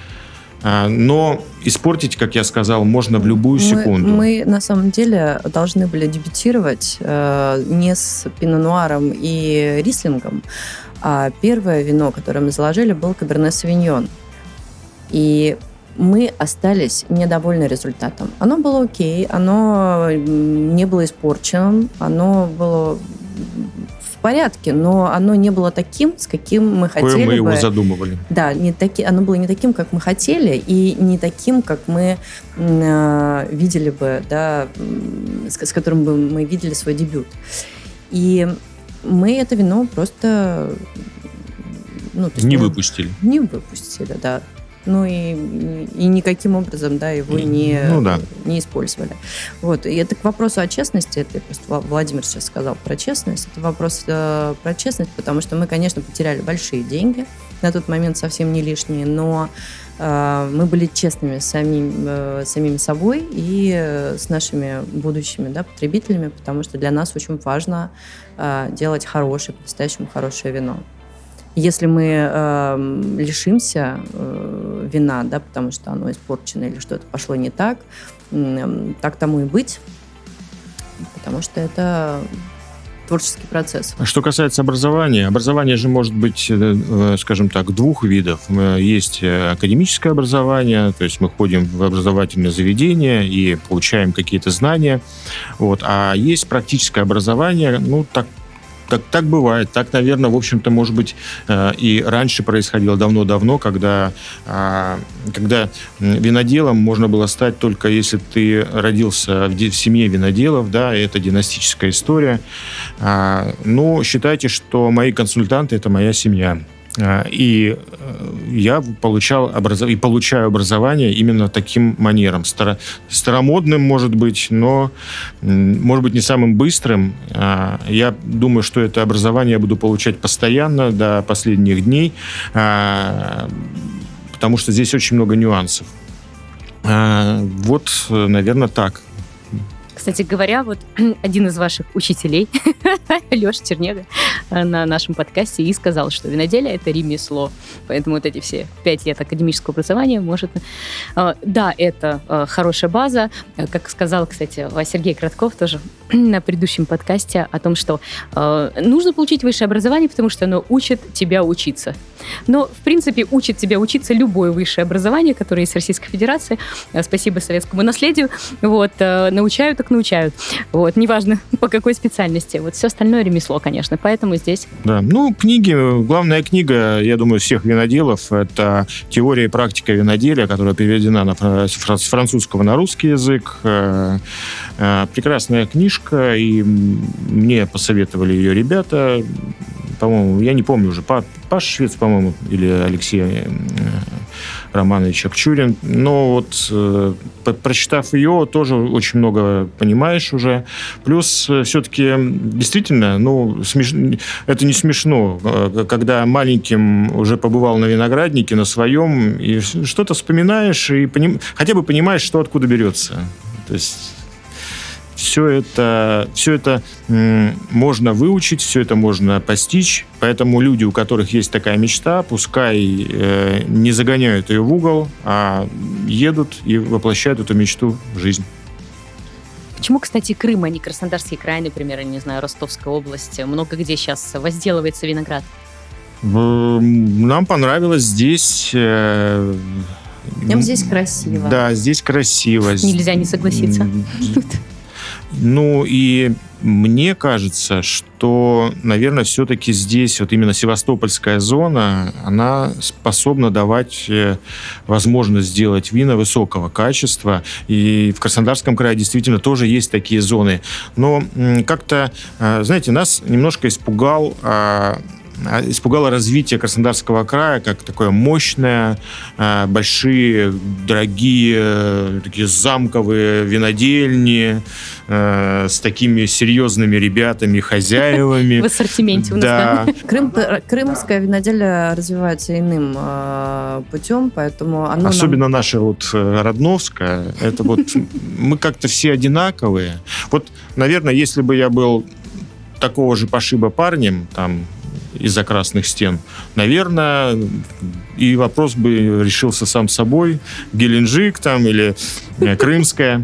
Но испортить, как я сказал, можно в любую секунду. Мы, мы на самом деле должны были дебютировать э, не с пино-нуаром и рислингом, а первое вино, которое мы заложили, был Каберне Совиньон. И мы остались недовольны результатом. Оно было окей, оно не было испорченным, оно было в порядке, но оно не было таким, с каким мы хотели бы. Мы его задумывали. Да, не таки, оно было не таким, как мы хотели, и не таким, как мы э, видели бы, да, с, с которым бы мы видели свой дебют. И мы это вино просто... Ну, то есть не мы, выпустили. Не выпустили, да. Ну и, и никаким образом, да, его не, ну, да. не использовали. Вот. И это к вопросу о честности. Это просто Владимир сейчас сказал про честность. Это вопрос э, про честность, потому что мы, конечно, потеряли большие деньги. На тот момент совсем не лишние, но э, мы были честными с самим, э, самими собой и э, с нашими будущими, да, потребителями, потому что для нас очень важно э, делать хорошее, по-настоящему хорошее вино. Если мы э, лишимся э, вина, да, потому что оно испорчено или что-то пошло не так, э, так тому и быть, потому что это творческий процесс. Что касается образования, образование же может быть, э, скажем так, двух видов. Есть академическое образование, то есть мы ходим в образовательное заведение и получаем какие-то знания, вот, а есть практическое образование, ну, так, Так, так бывает. Так, наверное, в общем-то, может быть, и раньше происходило давно-давно, когда, когда виноделом можно было стать только если ты родился в семье виноделов, да, и это династическая история. Но считайте, что мои консультанты – это моя семья. И я получал образов... и получаю образование именно таким манером. Старо... Старомодным, может быть, но, может быть, не самым быстрым. Я думаю, что это образование я буду получать постоянно до последних дней, потому что здесь очень много нюансов. Вот, наверное, так. Кстати говоря, вот один из ваших учителей, Леша Чернега, на нашем подкасте и сказал, что виноделие – это ремесло. Поэтому вот эти все пять лет академического образования может... Да, это хорошая база. Как сказал, кстати, Сергей Кратков тоже на предыдущем подкасте о том, что нужно получить высшее образование, потому что оно учит тебя учиться. Но, в принципе, учит тебя учиться любое высшее образование, которое есть в Российской Федерации. Спасибо советскому наследию. Вот, научают, так научают. Вот, неважно, по какой специальности. Вот все остальное ремесло, конечно. Поэтому здесь... Да, ну, книги, главная книга, я думаю, всех виноделов, это «Теория и практика виноделия», которая переведена на, с французского на русский язык. Прекрасная книжка, и мне посоветовали ее ребята. По-моему, я не помню уже, Паш Швец, по-моему, или Алексей Романович Акчурин. Но вот э, прочитав ее, тоже очень много понимаешь уже. Плюс э, все-таки действительно, ну, смеш... это не смешно, когда маленьким уже побывал на винограднике, на своем, и что-то вспоминаешь, и поним... хотя бы понимаешь, что откуда берется. То есть все это, все это м, можно выучить, все это можно постичь, поэтому люди, у которых есть такая мечта, пускай э, не загоняют ее в угол, а едут и воплощают эту мечту в жизнь. Почему, кстати, Крым, а не Краснодарский край, например, не знаю, Ростовская область? Много где сейчас возделывается виноград. Нам понравилось здесь... Э, Нам здесь красиво. Да, здесь красиво. Нельзя не согласиться. Ну и мне кажется, что, наверное, все-таки здесь вот именно севастопольская зона, она способна давать возможность сделать вина высокого качества. И в Краснодарском крае действительно тоже есть такие зоны. Но как-то, знаете, нас немножко испугал... испугало развитие Краснодарского края как такое мощное, большие, дорогие, такие замковые винодельни с такими серьезными ребятами, хозяевами. В ассортименте у нас, да. Крым, крымское виноделие развивается иным э, путем, поэтому оно Особенно нам... наше вот Родновское, это вот мы как-то все одинаковые. Вот, наверное, если бы я был такого же пошиба парнем, там, из-за красных стен, наверное, и вопрос бы решился сам собой. Геленджик там или Крымская.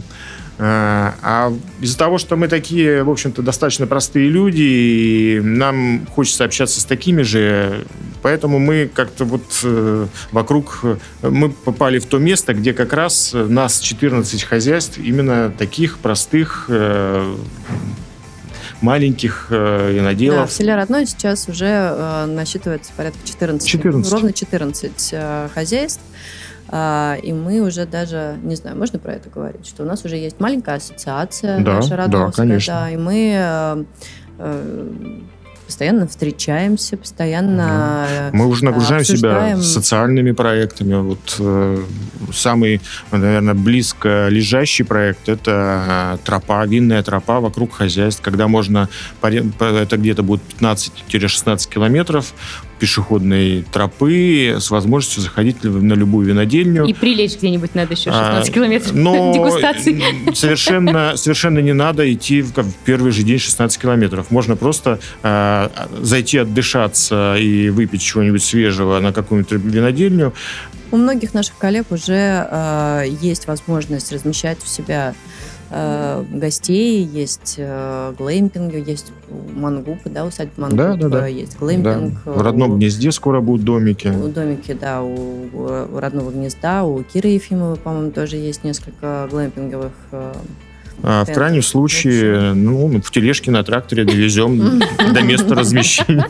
А из-за того, что мы такие, в общем-то, достаточно простые люди, и нам хочется общаться с такими же, поэтому мы как-то вот вокруг... Мы попали в то место, где как раз нас четырнадцать хозяйств именно таких простых, маленьких э, виноделов. Да, в селе Родное сейчас уже э, насчитывается порядка четырнадцать. четырнадцать. Ровно четырнадцать э, хозяйств. Э, и мы уже даже, не знаю, можно про это говорить, что у нас уже есть маленькая ассоциация, да, наша Родновская. Да, конечно. Да, и мы э, э, постоянно встречаемся, постоянно Мы уже нагружаем обсуждаем... себя социальными проектами. Вот э, самый, наверное, близко лежащий проект — это тропа, винная тропа вокруг хозяйств, когда можно, это где-то будет пятнадцать-шестнадцать километров пешеходной тропы с возможностью заходить на любую винодельню. И прилечь где-нибудь надо еще шестнадцать а, километров но дегустации. Совершенно, совершенно не надо идти в, в первый же день шестнадцать километров. Можно просто а, зайти отдышаться и выпить чего-нибудь свежего на какую-нибудь винодельню. У многих наших коллег уже э, есть возможность размещать у себя э, гостей, есть э, глэмпинг, есть у Мангупа, да, усадьба Мангупа, да, да, да. есть глэмпинг. Да. В родном у, гнезде скоро будут домики. У домики, да, у, у родного гнезда, у Киры Ефимовой, по-моему, тоже есть несколько глэмпинговых. Э, а в крайнем случае, ну, в тележке на тракторе довезем до места размещения.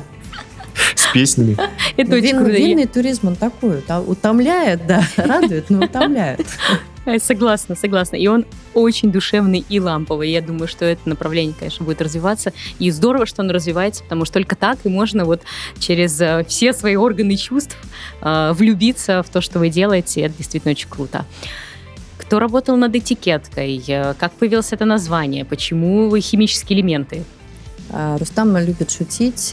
С песнями. Это очень круто. Винный туризм, он такой, утомляет, да, радует, но утомляет. Согласна, согласна. И он очень душевный и ламповый. Я думаю, что это направление, конечно, будет развиваться. И здорово, что он развивается, потому что только так и можно вот через все свои органы чувств влюбиться в то, что вы делаете. И это действительно очень круто. Кто работал над этикеткой? Как появилось это название? Почему химические элементы? Рустам любит шутить,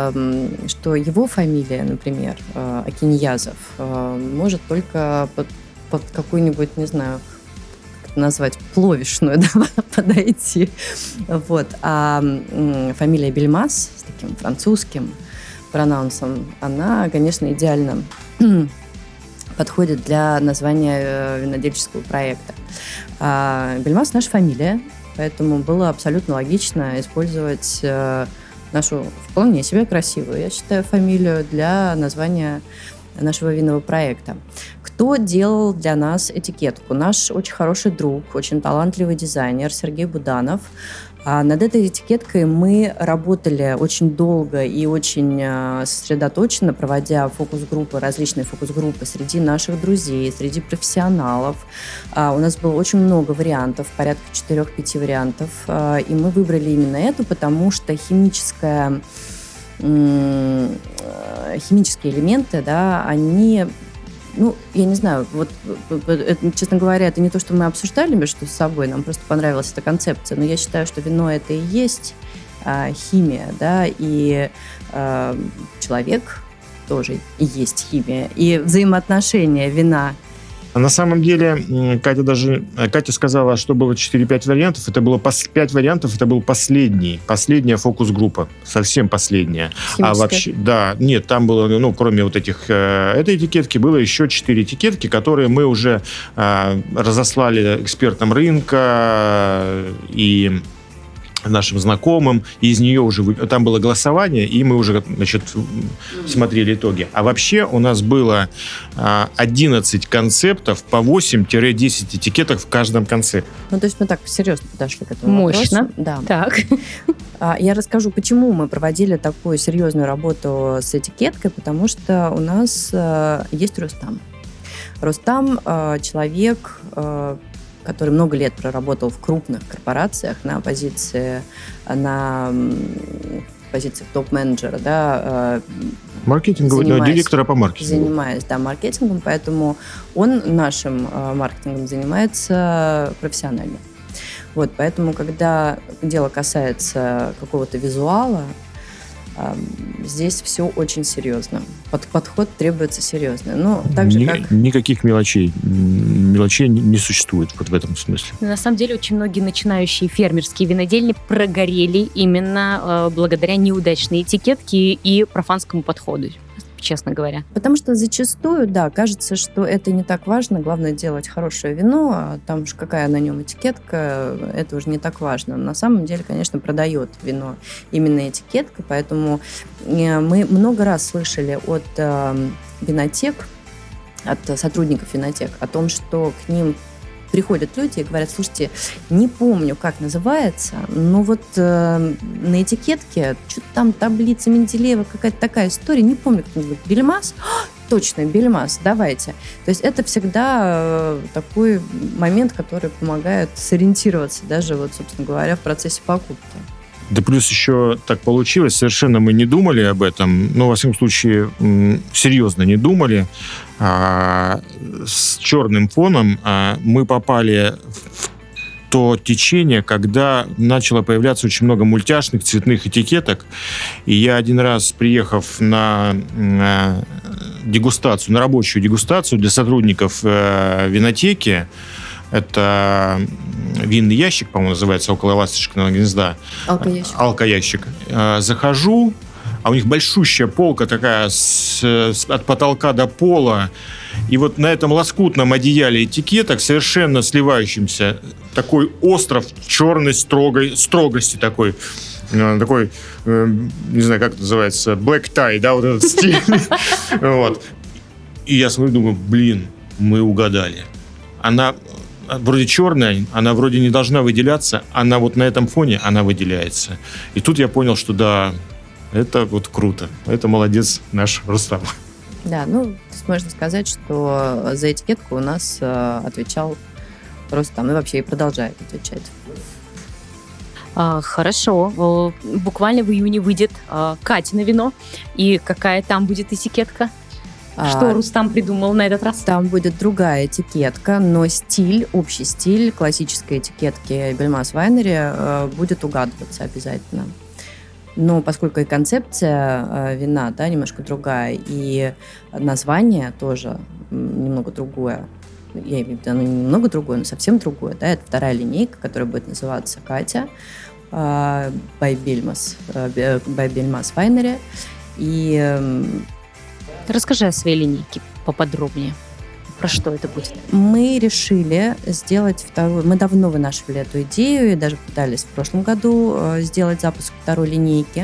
что его фамилия, например, Акиньязов, может только под, под какую-нибудь, не знаю, как это назвать, пловишную, да, подойти. Вот. А фамилия Бельмас с таким французским прононсом, она, конечно, идеально подходит для названия винодельческого проекта. Бельмас — наша фамилия. Поэтому было абсолютно логично использовать э, нашу вполне себе красивую, я считаю, фамилию для названия нашего винного проекта. Кто делал для нас этикетку? Наш очень хороший друг, очень талантливый дизайнер Сергей Буданов. А над этой этикеткой мы работали очень долго и очень сосредоточенно, проводя фокус-группы, различные фокус-группы среди наших друзей, среди профессионалов. А у нас было очень много вариантов, порядка четырех-пяти вариантов. А, и мы выбрали именно эту, потому что химическая, химические элементы, да, они Ну, я не знаю, вот, это, честно говоря, это не то, что мы обсуждали между собой, нам просто понравилась эта концепция, но я считаю, что вино – это и есть а, химия, да, и а, человек тоже и есть химия, и взаимоотношения вина. А на самом деле, Катя даже Катя сказала, что было четыре-пять вариантов. Это было пять вариантов, это был последний, последняя фокус-группа, совсем последняя. Химическая. А вообще, да, нет, там было, ну, кроме вот этих, э, этой этикетки, было еще четыре этикетки, которые мы уже э, разослали экспертам рынка и нашим знакомым, и из нее уже... Там было голосование, и мы уже, значит, смотрели итоги. А вообще у нас было одиннадцать концептов по восемь-десять этикеток в каждом концепте. Ну, то есть мы так серьезно подошли к этому Мощно. вопросу. Да. Так. Я расскажу, почему мы проводили такую серьезную работу с этикеткой, потому что у нас есть Рустам. Рустам – человек, который много лет проработал в крупных корпорациях на позиции, на позиции топ-менеджера, да, маркетингового, да, директора по маркетингу. Занимаясь, да, маркетингом, поэтому он нашим маркетингом занимается профессионально. Вот, поэтому, когда дело касается какого-то визуала, здесь все очень серьезно. Под, подход требуется серьезный. Но так же, Ни, как... Никаких мелочей. Мелочей не существует вот в этом смысле. На самом деле, очень многие начинающие фермерские винодельни прогорели именно э, благодаря неудачной этикетке и профанскому подходу, честно говоря. Потому что зачастую, да, кажется, что это не так важно. Главное делать хорошее вино, а там уж какая на нем этикетка, это уже не так важно. На самом деле, конечно, продает вино именно этикетка, поэтому мы много раз слышали от э, винотек, от сотрудников винотек о том, что к ним приходят люди и говорят: слушайте, не помню, как называется, но вот э, на этикетке что-то там таблица Менделеева, какая-то такая история, не помню, как называется, Бельмас? Точно, Бельмас, давайте. То есть это всегда э, такой момент, который помогает сориентироваться даже, вот, собственно говоря, в процессе покупки. Да плюс еще так получилось, совершенно мы не думали об этом, но, во всяком случае, серьезно не думали. А, с черным фоном а, мы попали в то течение, когда начало появляться очень много мультяшных цветных этикеток. И я один раз, приехав на, на дегустацию, на рабочую дегустацию для сотрудников э, винотеки, это винный ящик, по-моему, называется, около ласточкиного гнезда. Алкоящик. Алкоящик. Захожу, а у них большущая полка такая с, с, от потолка до пола. И вот на этом лоскутном одеяле этикеток, совершенно сливающимся, такой остров черной строгой, строгости такой. Такой, не знаю, как это называется, black tie, да, вот этот стиль. Вот. И я смотрю, думаю, блин, мы угадали. Она вроде черная, она вроде не должна выделяться, она вот на этом фоне, она выделяется. И тут я понял, что да, это вот круто. Это молодец наш Рустам. Да, ну, можно сказать, что за этикетку у нас э, отвечал Рустам, и вообще и продолжает отвечать. А, хорошо. Буквально в июне выйдет а, Катино вино. И какая там будет этикетка? Что а, Рустам придумал на этот раз? Там будет другая этикетка, но стиль, общий стиль классической этикетки Бельмас Вайнери э, будет угадываться обязательно. Но поскольку и концепция э, вина, да, немножко другая, и название тоже немного другое, я имею в виду, оно не немного другое, но совсем другое, да, это вторая линейка, которая будет называться Катя э, by Бельмас, э, by Бельмас Вайнери. И э, расскажи о своей линейке поподробнее. Про что это будет? Мы решили сделать вторую... Мы давно вынашивали эту идею и даже пытались в прошлом году сделать запуск второй линейки.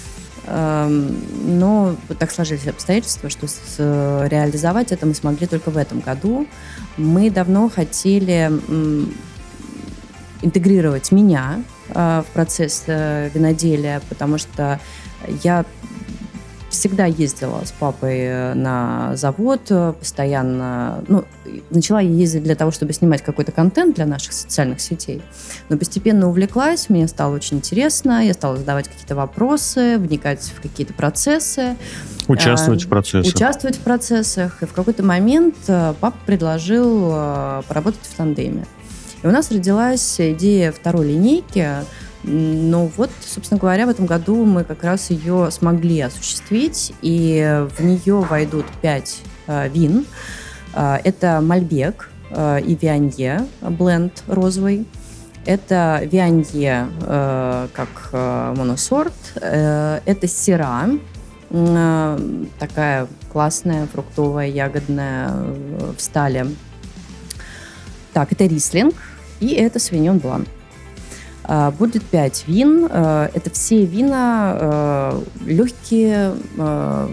Но так сложились обстоятельства, что реализовать это мы смогли только в этом году. Мы давно хотели интегрировать меня в процесс виноделия, потому что я всегда ездила с папой на завод, постоянно, ну, начала я ездить для того, чтобы снимать какой-то контент для наших социальных сетей, но постепенно увлеклась, мне стало очень интересно, я стала задавать какие-то вопросы, вникать в какие-то процессы. Участвовать в процессах. Участвовать в процессах. И в какой-то момент папа предложил поработать в тандеме. И у нас родилась идея второй линейки. Ну вот, собственно говоря, в этом году мы как раз ее смогли осуществить. И в нее войдут пять э, вин. Э, это Мальбек э, и Вианье, бленд розовый. Это Вианье э, как э, моносорт. Э, это Сира, э, такая классная, фруктовая, ягодная, э, в стале. Так, это Рислинг и это Савиньон Блан. Э, будет пять вин. Э, это все вина э, легкие, э,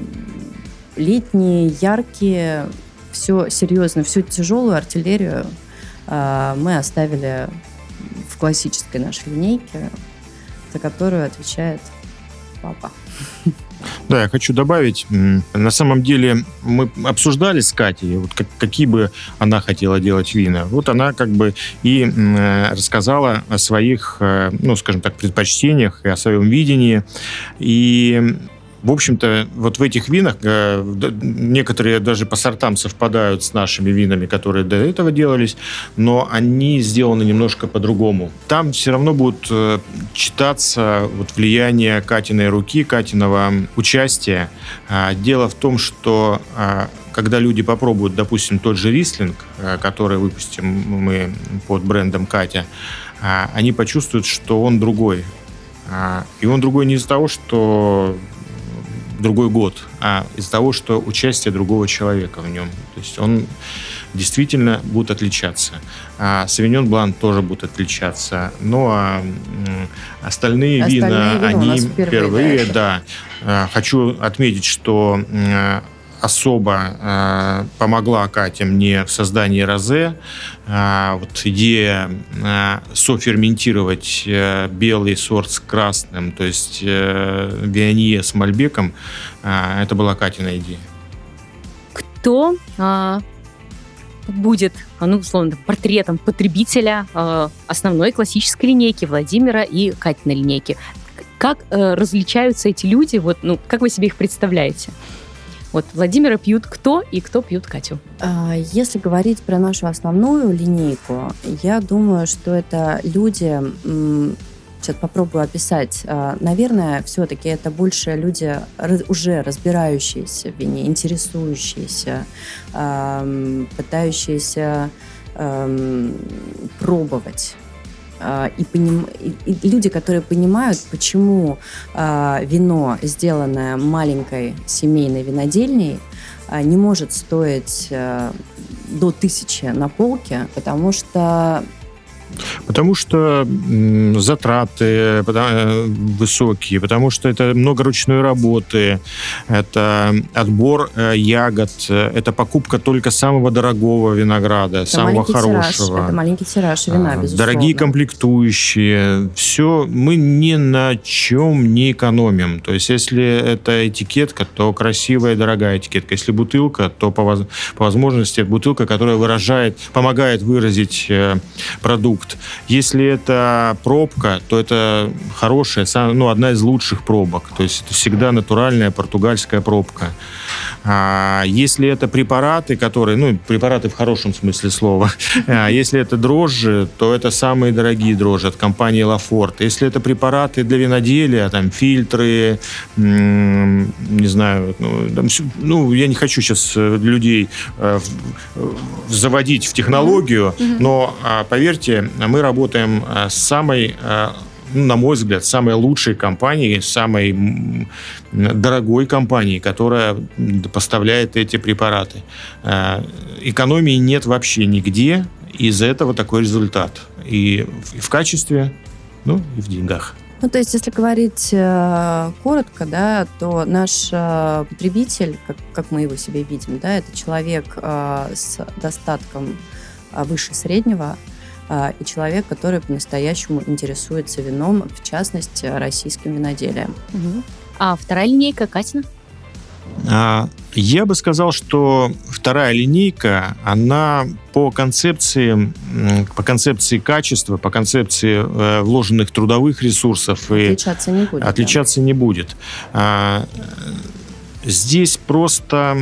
летние, яркие, все серьезно, всю тяжелую артиллерию э, мы оставили в классической нашей линейке, за которую отвечает папа. Да, я хочу добавить, на самом деле мы обсуждали с Катей, вот как, какие бы она хотела делать вина. Вот она как бы и рассказала о своих, ну, скажем так, предпочтениях и о своем видении. И в общем-то, вот в этих винах э, некоторые даже по сортам совпадают с нашими винами, которые до этого делались, но они сделаны немножко по-другому. Там все равно будут э, читаться вот влияние Катиной руки, Катиного участия. Э, дело в том, что э, когда люди попробуют, допустим, тот же рислинг, э, который выпустим мы под брендом Катя, э, они почувствуют, что он другой. Э, и он другой не из-за того, что другой год, а из-за того, что участие другого человека в нем. То есть он действительно будет отличаться. А Савиньон Блан тоже будет отличаться. Ну, а остальные, остальные вина, вина они впервые, впервые да. да. Хочу отметить, что особо э, помогла Катя мне в создании розе. Э, вот идея э, соферментировать э, белый сорт с красным, то есть э, Вианье с Мальбеком, э, это была Катина идея. Кто а, будет, ну, условно, портретом потребителя а, основной классической линейки Владимира и Катиной линейки? Как а, различаются эти люди? Вот, ну, как вы себе их представляете? Вот Владимира пьют кто и кто пьют Катю? Если говорить про нашу основную линейку, я думаю, что это люди, сейчас попробую описать, наверное, все-таки это больше люди, уже разбирающиеся в вине, интересующиеся, пытающиеся пробовать. И, поним... и люди, которые понимают, почему э, вино, сделанное маленькой семейной винодельней, э, не может стоить э, до тысячи на полке, потому что Потому что затраты высокие, потому что это много ручной работы, это отбор ягод, это покупка только самого дорогого винограда, это самого хорошего. Тираж, это маленький тираж вина, безусловно. Дорогие комплектующие. Все, мы ни на чем не экономим. То есть, если это этикетка, то красивая, дорогая этикетка. Если бутылка, то по, воз... по возможности бутылка, которая выражает, помогает выразить продукт. Если это пробка, то это хорошая, ну, одна из лучших пробок. То есть это всегда натуральная португальская пробка. А если это препараты, которые, ну, препараты в хорошем смысле слова. А если это дрожжи, то это самые дорогие дрожжи от компании Лафорт. Если это препараты для виноделия, там фильтры, м- не знаю, ну, там, ну, я не хочу сейчас людей э, в, заводить в технологию, mm-hmm. но э, поверьте, мы работаем с самой, ну, на мой взгляд, самой лучшей компанией, самой дорогой компанией, которая поставляет эти препараты. Экономии нет вообще нигде, из-за этого такой результат. И в качестве, ну, и в деньгах. Ну, то есть, если говорить э, коротко, да, то наш э, потребитель, как, как мы его себе видим, да, это человек э, с достатком э, выше среднего, и человек, который по-настоящему интересуется вином, в частности, российским виноделием. Угу. А вторая линейка Катина? Я бы сказал, что вторая линейка, она по концепции, по концепции качества, по концепции вложенных трудовых ресурсов отличаться не будет. Отличаться да. не будет. Здесь просто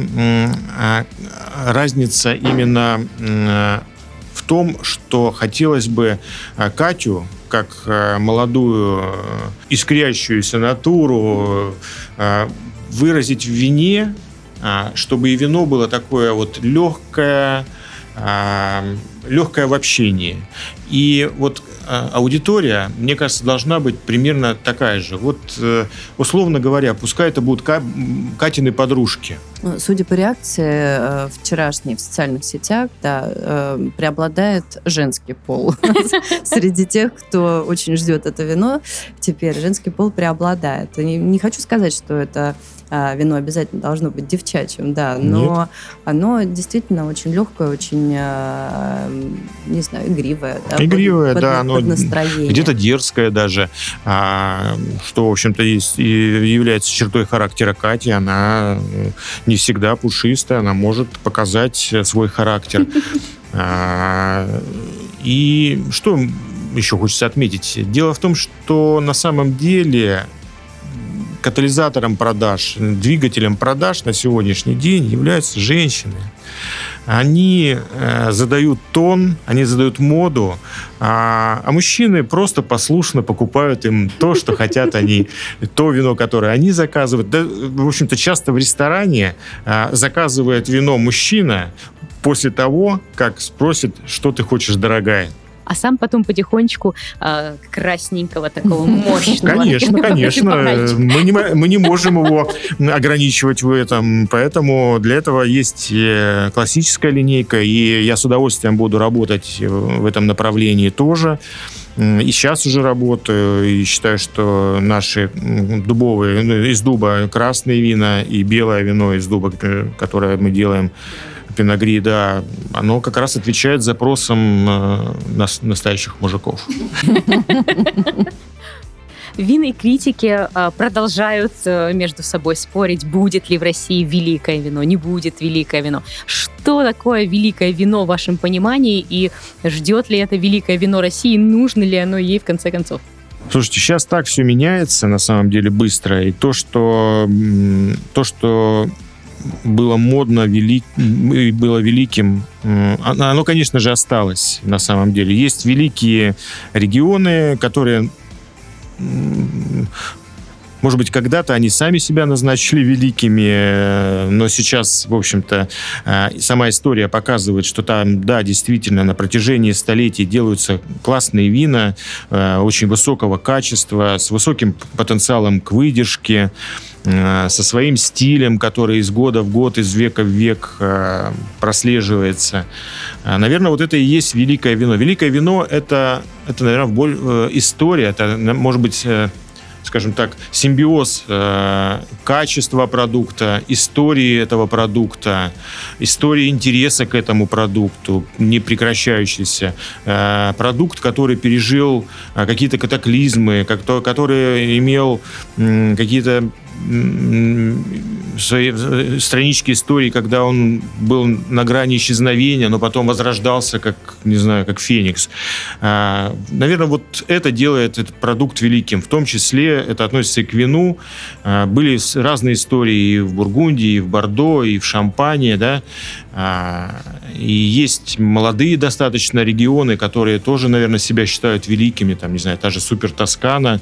разница именно в том, что хотелось бы Катю, как молодую искрящуюся натуру, выразить в вине, чтобы и вино было такое вот легкое, легкое в общении. И вот аудитория, мне кажется, должна быть примерно такая же. Вот, условно говоря, пускай это будут Катины подружки. Судя по реакции вчерашней в социальных сетях, да, преобладает женский пол. Среди тех, кто очень ждет это вино, теперь женский пол преобладает. Не хочу сказать, что это вино обязательно должно быть девчачьим, да, но Нет. оно действительно очень легкое, очень, не знаю, игривое. Да, игривое, под, да, под, под настроение. Где-то дерзкое даже, что, в общем-то, есть и является чертой характера Кати. Она не всегда пушистая, она может показать свой характер. И что еще хочется отметить? Дело в том, что на самом деле катализатором продаж, двигателем продаж на сегодняшний день являются женщины. Они э, задают тон, они задают моду, а, а мужчины просто послушно покупают им то, что хотят они, то вино, которое они заказывают. Да, в общем-то, часто в ресторане а, заказывает вино мужчина после того, как спросит, что ты хочешь, дорогая. А сам потом потихонечку э, красненького, такого мощного. Конечно, конечно. Мы не, мы не можем его ограничивать в этом. Поэтому для этого есть классическая линейка. И я с удовольствием буду работать в этом направлении тоже. И сейчас уже работаю. И считаю, что наши дубовые, из дуба красные вина и белое вино из дуба, которое мы делаем, Пиногри, да, оно как раз отвечает запросам э, настоящих мужиков. Винные критики э, продолжают э, между собой спорить, будет ли в России великое вино, не будет великое вино. Что такое великое вино в вашем понимании, и ждет ли это великое вино России, нужно ли оно ей в конце концов? Слушайте, сейчас так все меняется, на самом деле, быстро. И то, что, то, что было модно, велик, было великим, оно, конечно же, осталось на самом деле. Есть великие регионы, которые, может быть, когда-то они сами себя назначили великими, но сейчас, в общем-то, сама история показывает, что там, да, действительно, на протяжении столетий делаются классные вина очень высокого качества, с высоким потенциалом к выдержке, со своим стилем, который из года в год, из века в век э, прослеживается. Наверное, вот это и есть великое вино. Великое вино — это, это наверное, боль, э, история, это, может быть, э, скажем так, симбиоз э, качества продукта, истории этого продукта, истории интереса к этому продукту, не прекращающийся. Э, продукт, который пережил э, какие-то катаклизмы, как то, который имел э, какие-то свои странички истории, когда он был на грани исчезновения, но потом возрождался, как, не знаю, как феникс. Наверное, вот это делает этот продукт великим. В том числе это относится и к вину. Были разные истории и в Бургундии, и в Бордо, и в Шампане, да. И есть молодые достаточно регионы, которые тоже, наверное, себя считают великими, там, не знаю, та же Супер Тоскана.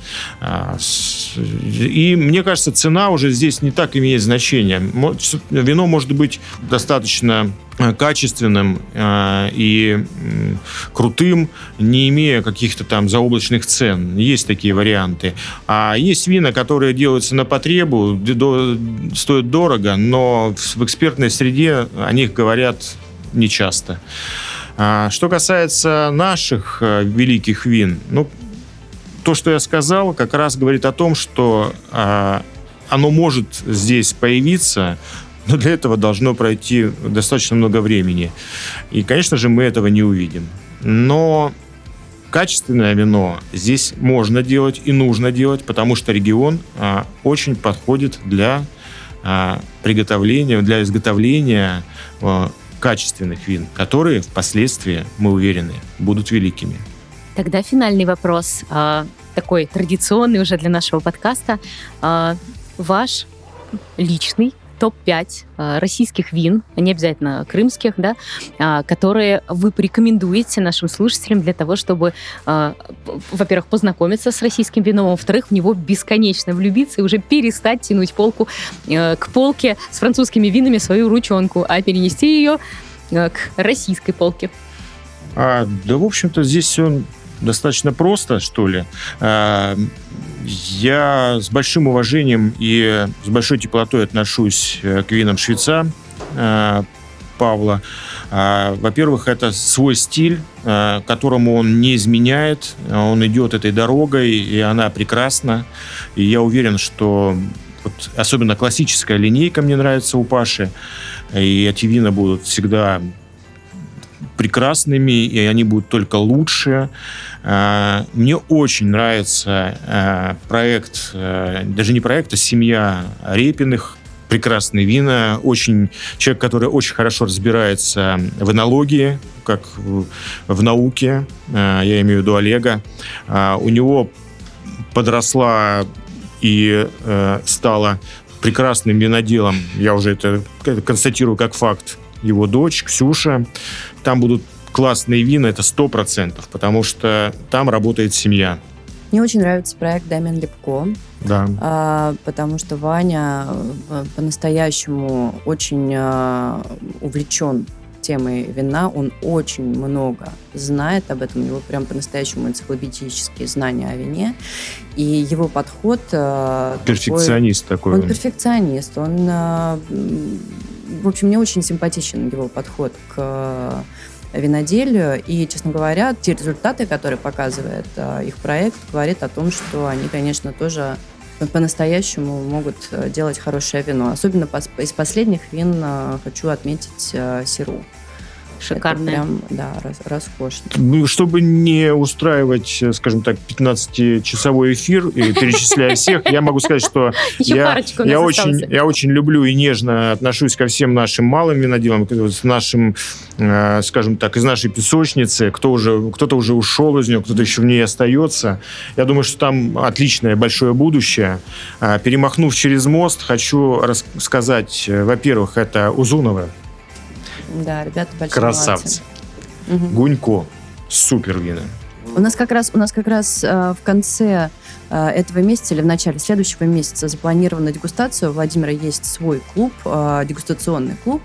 И мне кажется, цена уже здесь не так имеет значение. Вино может быть достаточно качественным э, и э, крутым, не имея каких-то там заоблачных цен. Есть такие варианты. А есть вина, которые делаются на потребу, до, стоят дорого, но в, в экспертной среде о них говорят нечасто. А, что касается наших э, великих вин, ну, то, что я сказал, как раз говорит о том, что э, оно может здесь появиться, но для этого должно пройти достаточно много времени. И, конечно же, мы этого не увидим. Но качественное вино здесь можно делать и нужно делать, потому что регион а, очень подходит для а, приготовления, для изготовления а, качественных вин, которые впоследствии, мы уверены, будут великими. Тогда финальный вопрос, а, такой традиционный уже для нашего подкаста. А, ваш личный топ пять а, российских вин, не обязательно крымских, да, а, которые вы порекомендуете нашим слушателям для того, чтобы, а, во-первых, познакомиться с российским вином, а во-вторых, в него бесконечно влюбиться и уже перестать тянуть полку а, к полке с французскими винами свою ручонку, а перенести ее а, к российской полке. А, да, в общем-то, здесь все достаточно просто, что ли. А, я с большим уважением и с большой теплотой отношусь к винам швейца а, Павла. А, во-первых, это свой стиль, а, которому он не изменяет. Он идет этой дорогой, и она прекрасна. И я уверен, что вот, особенно классическая линейка мне нравится у Паши. И эти вина будут всегда прекрасными, и они будут только лучше. Мне очень нравится проект, даже не проект, а семья Репиных. Прекрасные вина. Очень, человек, который очень хорошо разбирается в энологии, как в, в науке. Я имею в виду Олега. У него подросла и стала прекрасным виноделом. Я уже это констатирую как факт. Его дочь, Ксюша. Там будут классные вина, это сто процентов, потому что там работает семья. Мне очень нравится проект Дамиан Лепко, да. а, потому что Ваня по-настоящему очень а, увлечен темой вина, он очень много знает об этом, у него прям по-настоящему энциклопедические знания о вине, и его подход... А, перфекционист такой. такой. Он перфекционист, он... А, в общем, мне очень симпатичен его подход к виноделию. И, честно говоря, те результаты, которые показывает э, их проект, говорят о том, что они, конечно, тоже по-настоящему могут делать хорошее вино. Особенно пос- из последних вин э, хочу отметить э, Сиру. Шикарно. Это прям, да, рас- роскошно. Ну, чтобы не устраивать, скажем так, пятнадцатичасовой эфир и перечисляя всех, я могу сказать, что я, я, очень, я очень люблю и нежно отношусь ко всем нашим малым виноделам, с нашим, э, скажем так, из нашей песочницы. Кто уже, кто-то уже ушел из нее, кто-то еще в ней остается. Я думаю, что там отличное большое будущее. А, перемахнув через мост, хочу рассказать, во-первых, это Узунова. Да, ребята большие красавцы. Угу. Гунько. Супер вина. У нас как раз, у нас как раз э, в конце э, этого месяца или в начале следующего месяца запланирована дегустация. У Владимира есть свой клуб, э, дегустационный клуб,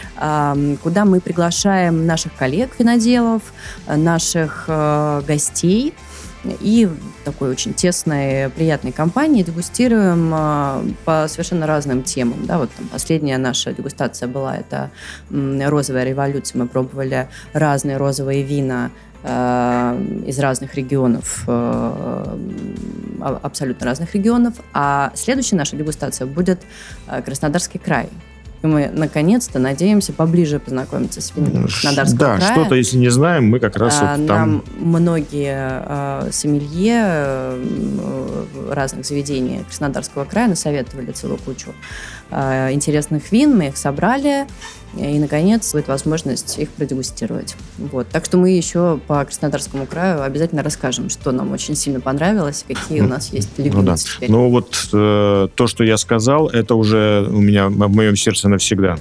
э, куда мы приглашаем наших коллег-виноделов, э, наших э, гостей. И в такой очень тесной, приятной компании дегустируем э, по совершенно разным темам. Да, вот там последняя наша дегустация была, это м, розовая революция. Мы пробовали разные розовые вина э, из разных регионов, э, абсолютно разных регионов. А следующая наша дегустация будет э, Краснодарский край. И мы, наконец-то, надеемся поближе познакомиться с винами Краснодарского да, края. что-то, если не знаем, мы как раз а, вот нам там... многие э, сомелье э, разных заведений Краснодарского края насоветовали целую кучу э, интересных вин. Мы их собрали, и, наконец, будет возможность их продегустировать. Вот. Так что мы еще по Краснодарскому краю обязательно расскажем, что нам очень сильно понравилось, какие у нас есть любимцы ну, да. теперь. Ну вот э, то, что я сказал, это уже у меня в моем сердце навсегда.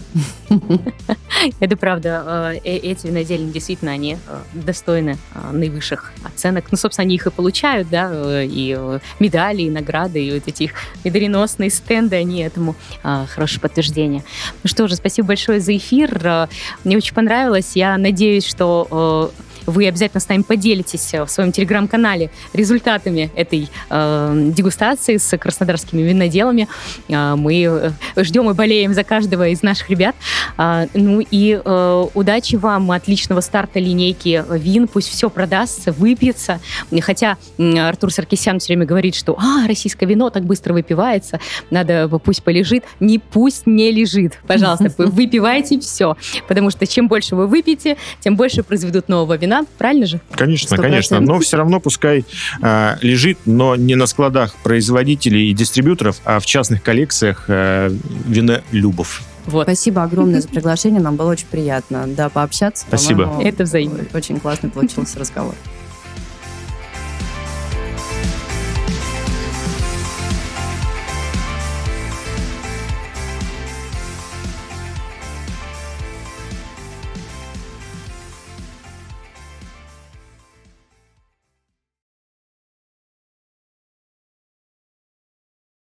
Это правда. Эти винодельни действительно, они достойны наивысших оценок. Ну, собственно, они их и получают, да, и медали, и награды, и вот эти их медаленосные стенды, они этому хорошее подтверждение. Ну что же, спасибо большое за эфир. Мне очень понравилось. Я надеюсь, что вы обязательно с нами поделитесь в своем телеграм-канале результатами этой э, дегустации с краснодарскими виноделами. Э, мы ждем и болеем за каждого из наших ребят. Э, ну и э, удачи вам, отличного старта линейки вин. Пусть все продастся, выпьется. Хотя э, Артур Саркисян все время говорит, что а, российское вино так быстро выпивается, надо пусть полежит. Не пусть не лежит. Пожалуйста, выпивайте все. Потому что чем больше вы выпьете, тем больше произведут нового вина, вина, правильно же? Конечно, Сто конечно. процентов. Но все равно пускай э, лежит, но не на складах производителей и дистрибьюторов, а в частных коллекциях э, винолюбов. Вот. Спасибо огромное за приглашение, нам было очень приятно, да, пообщаться. Спасибо. По-моему, Это взаимно. Очень классный получился разговор.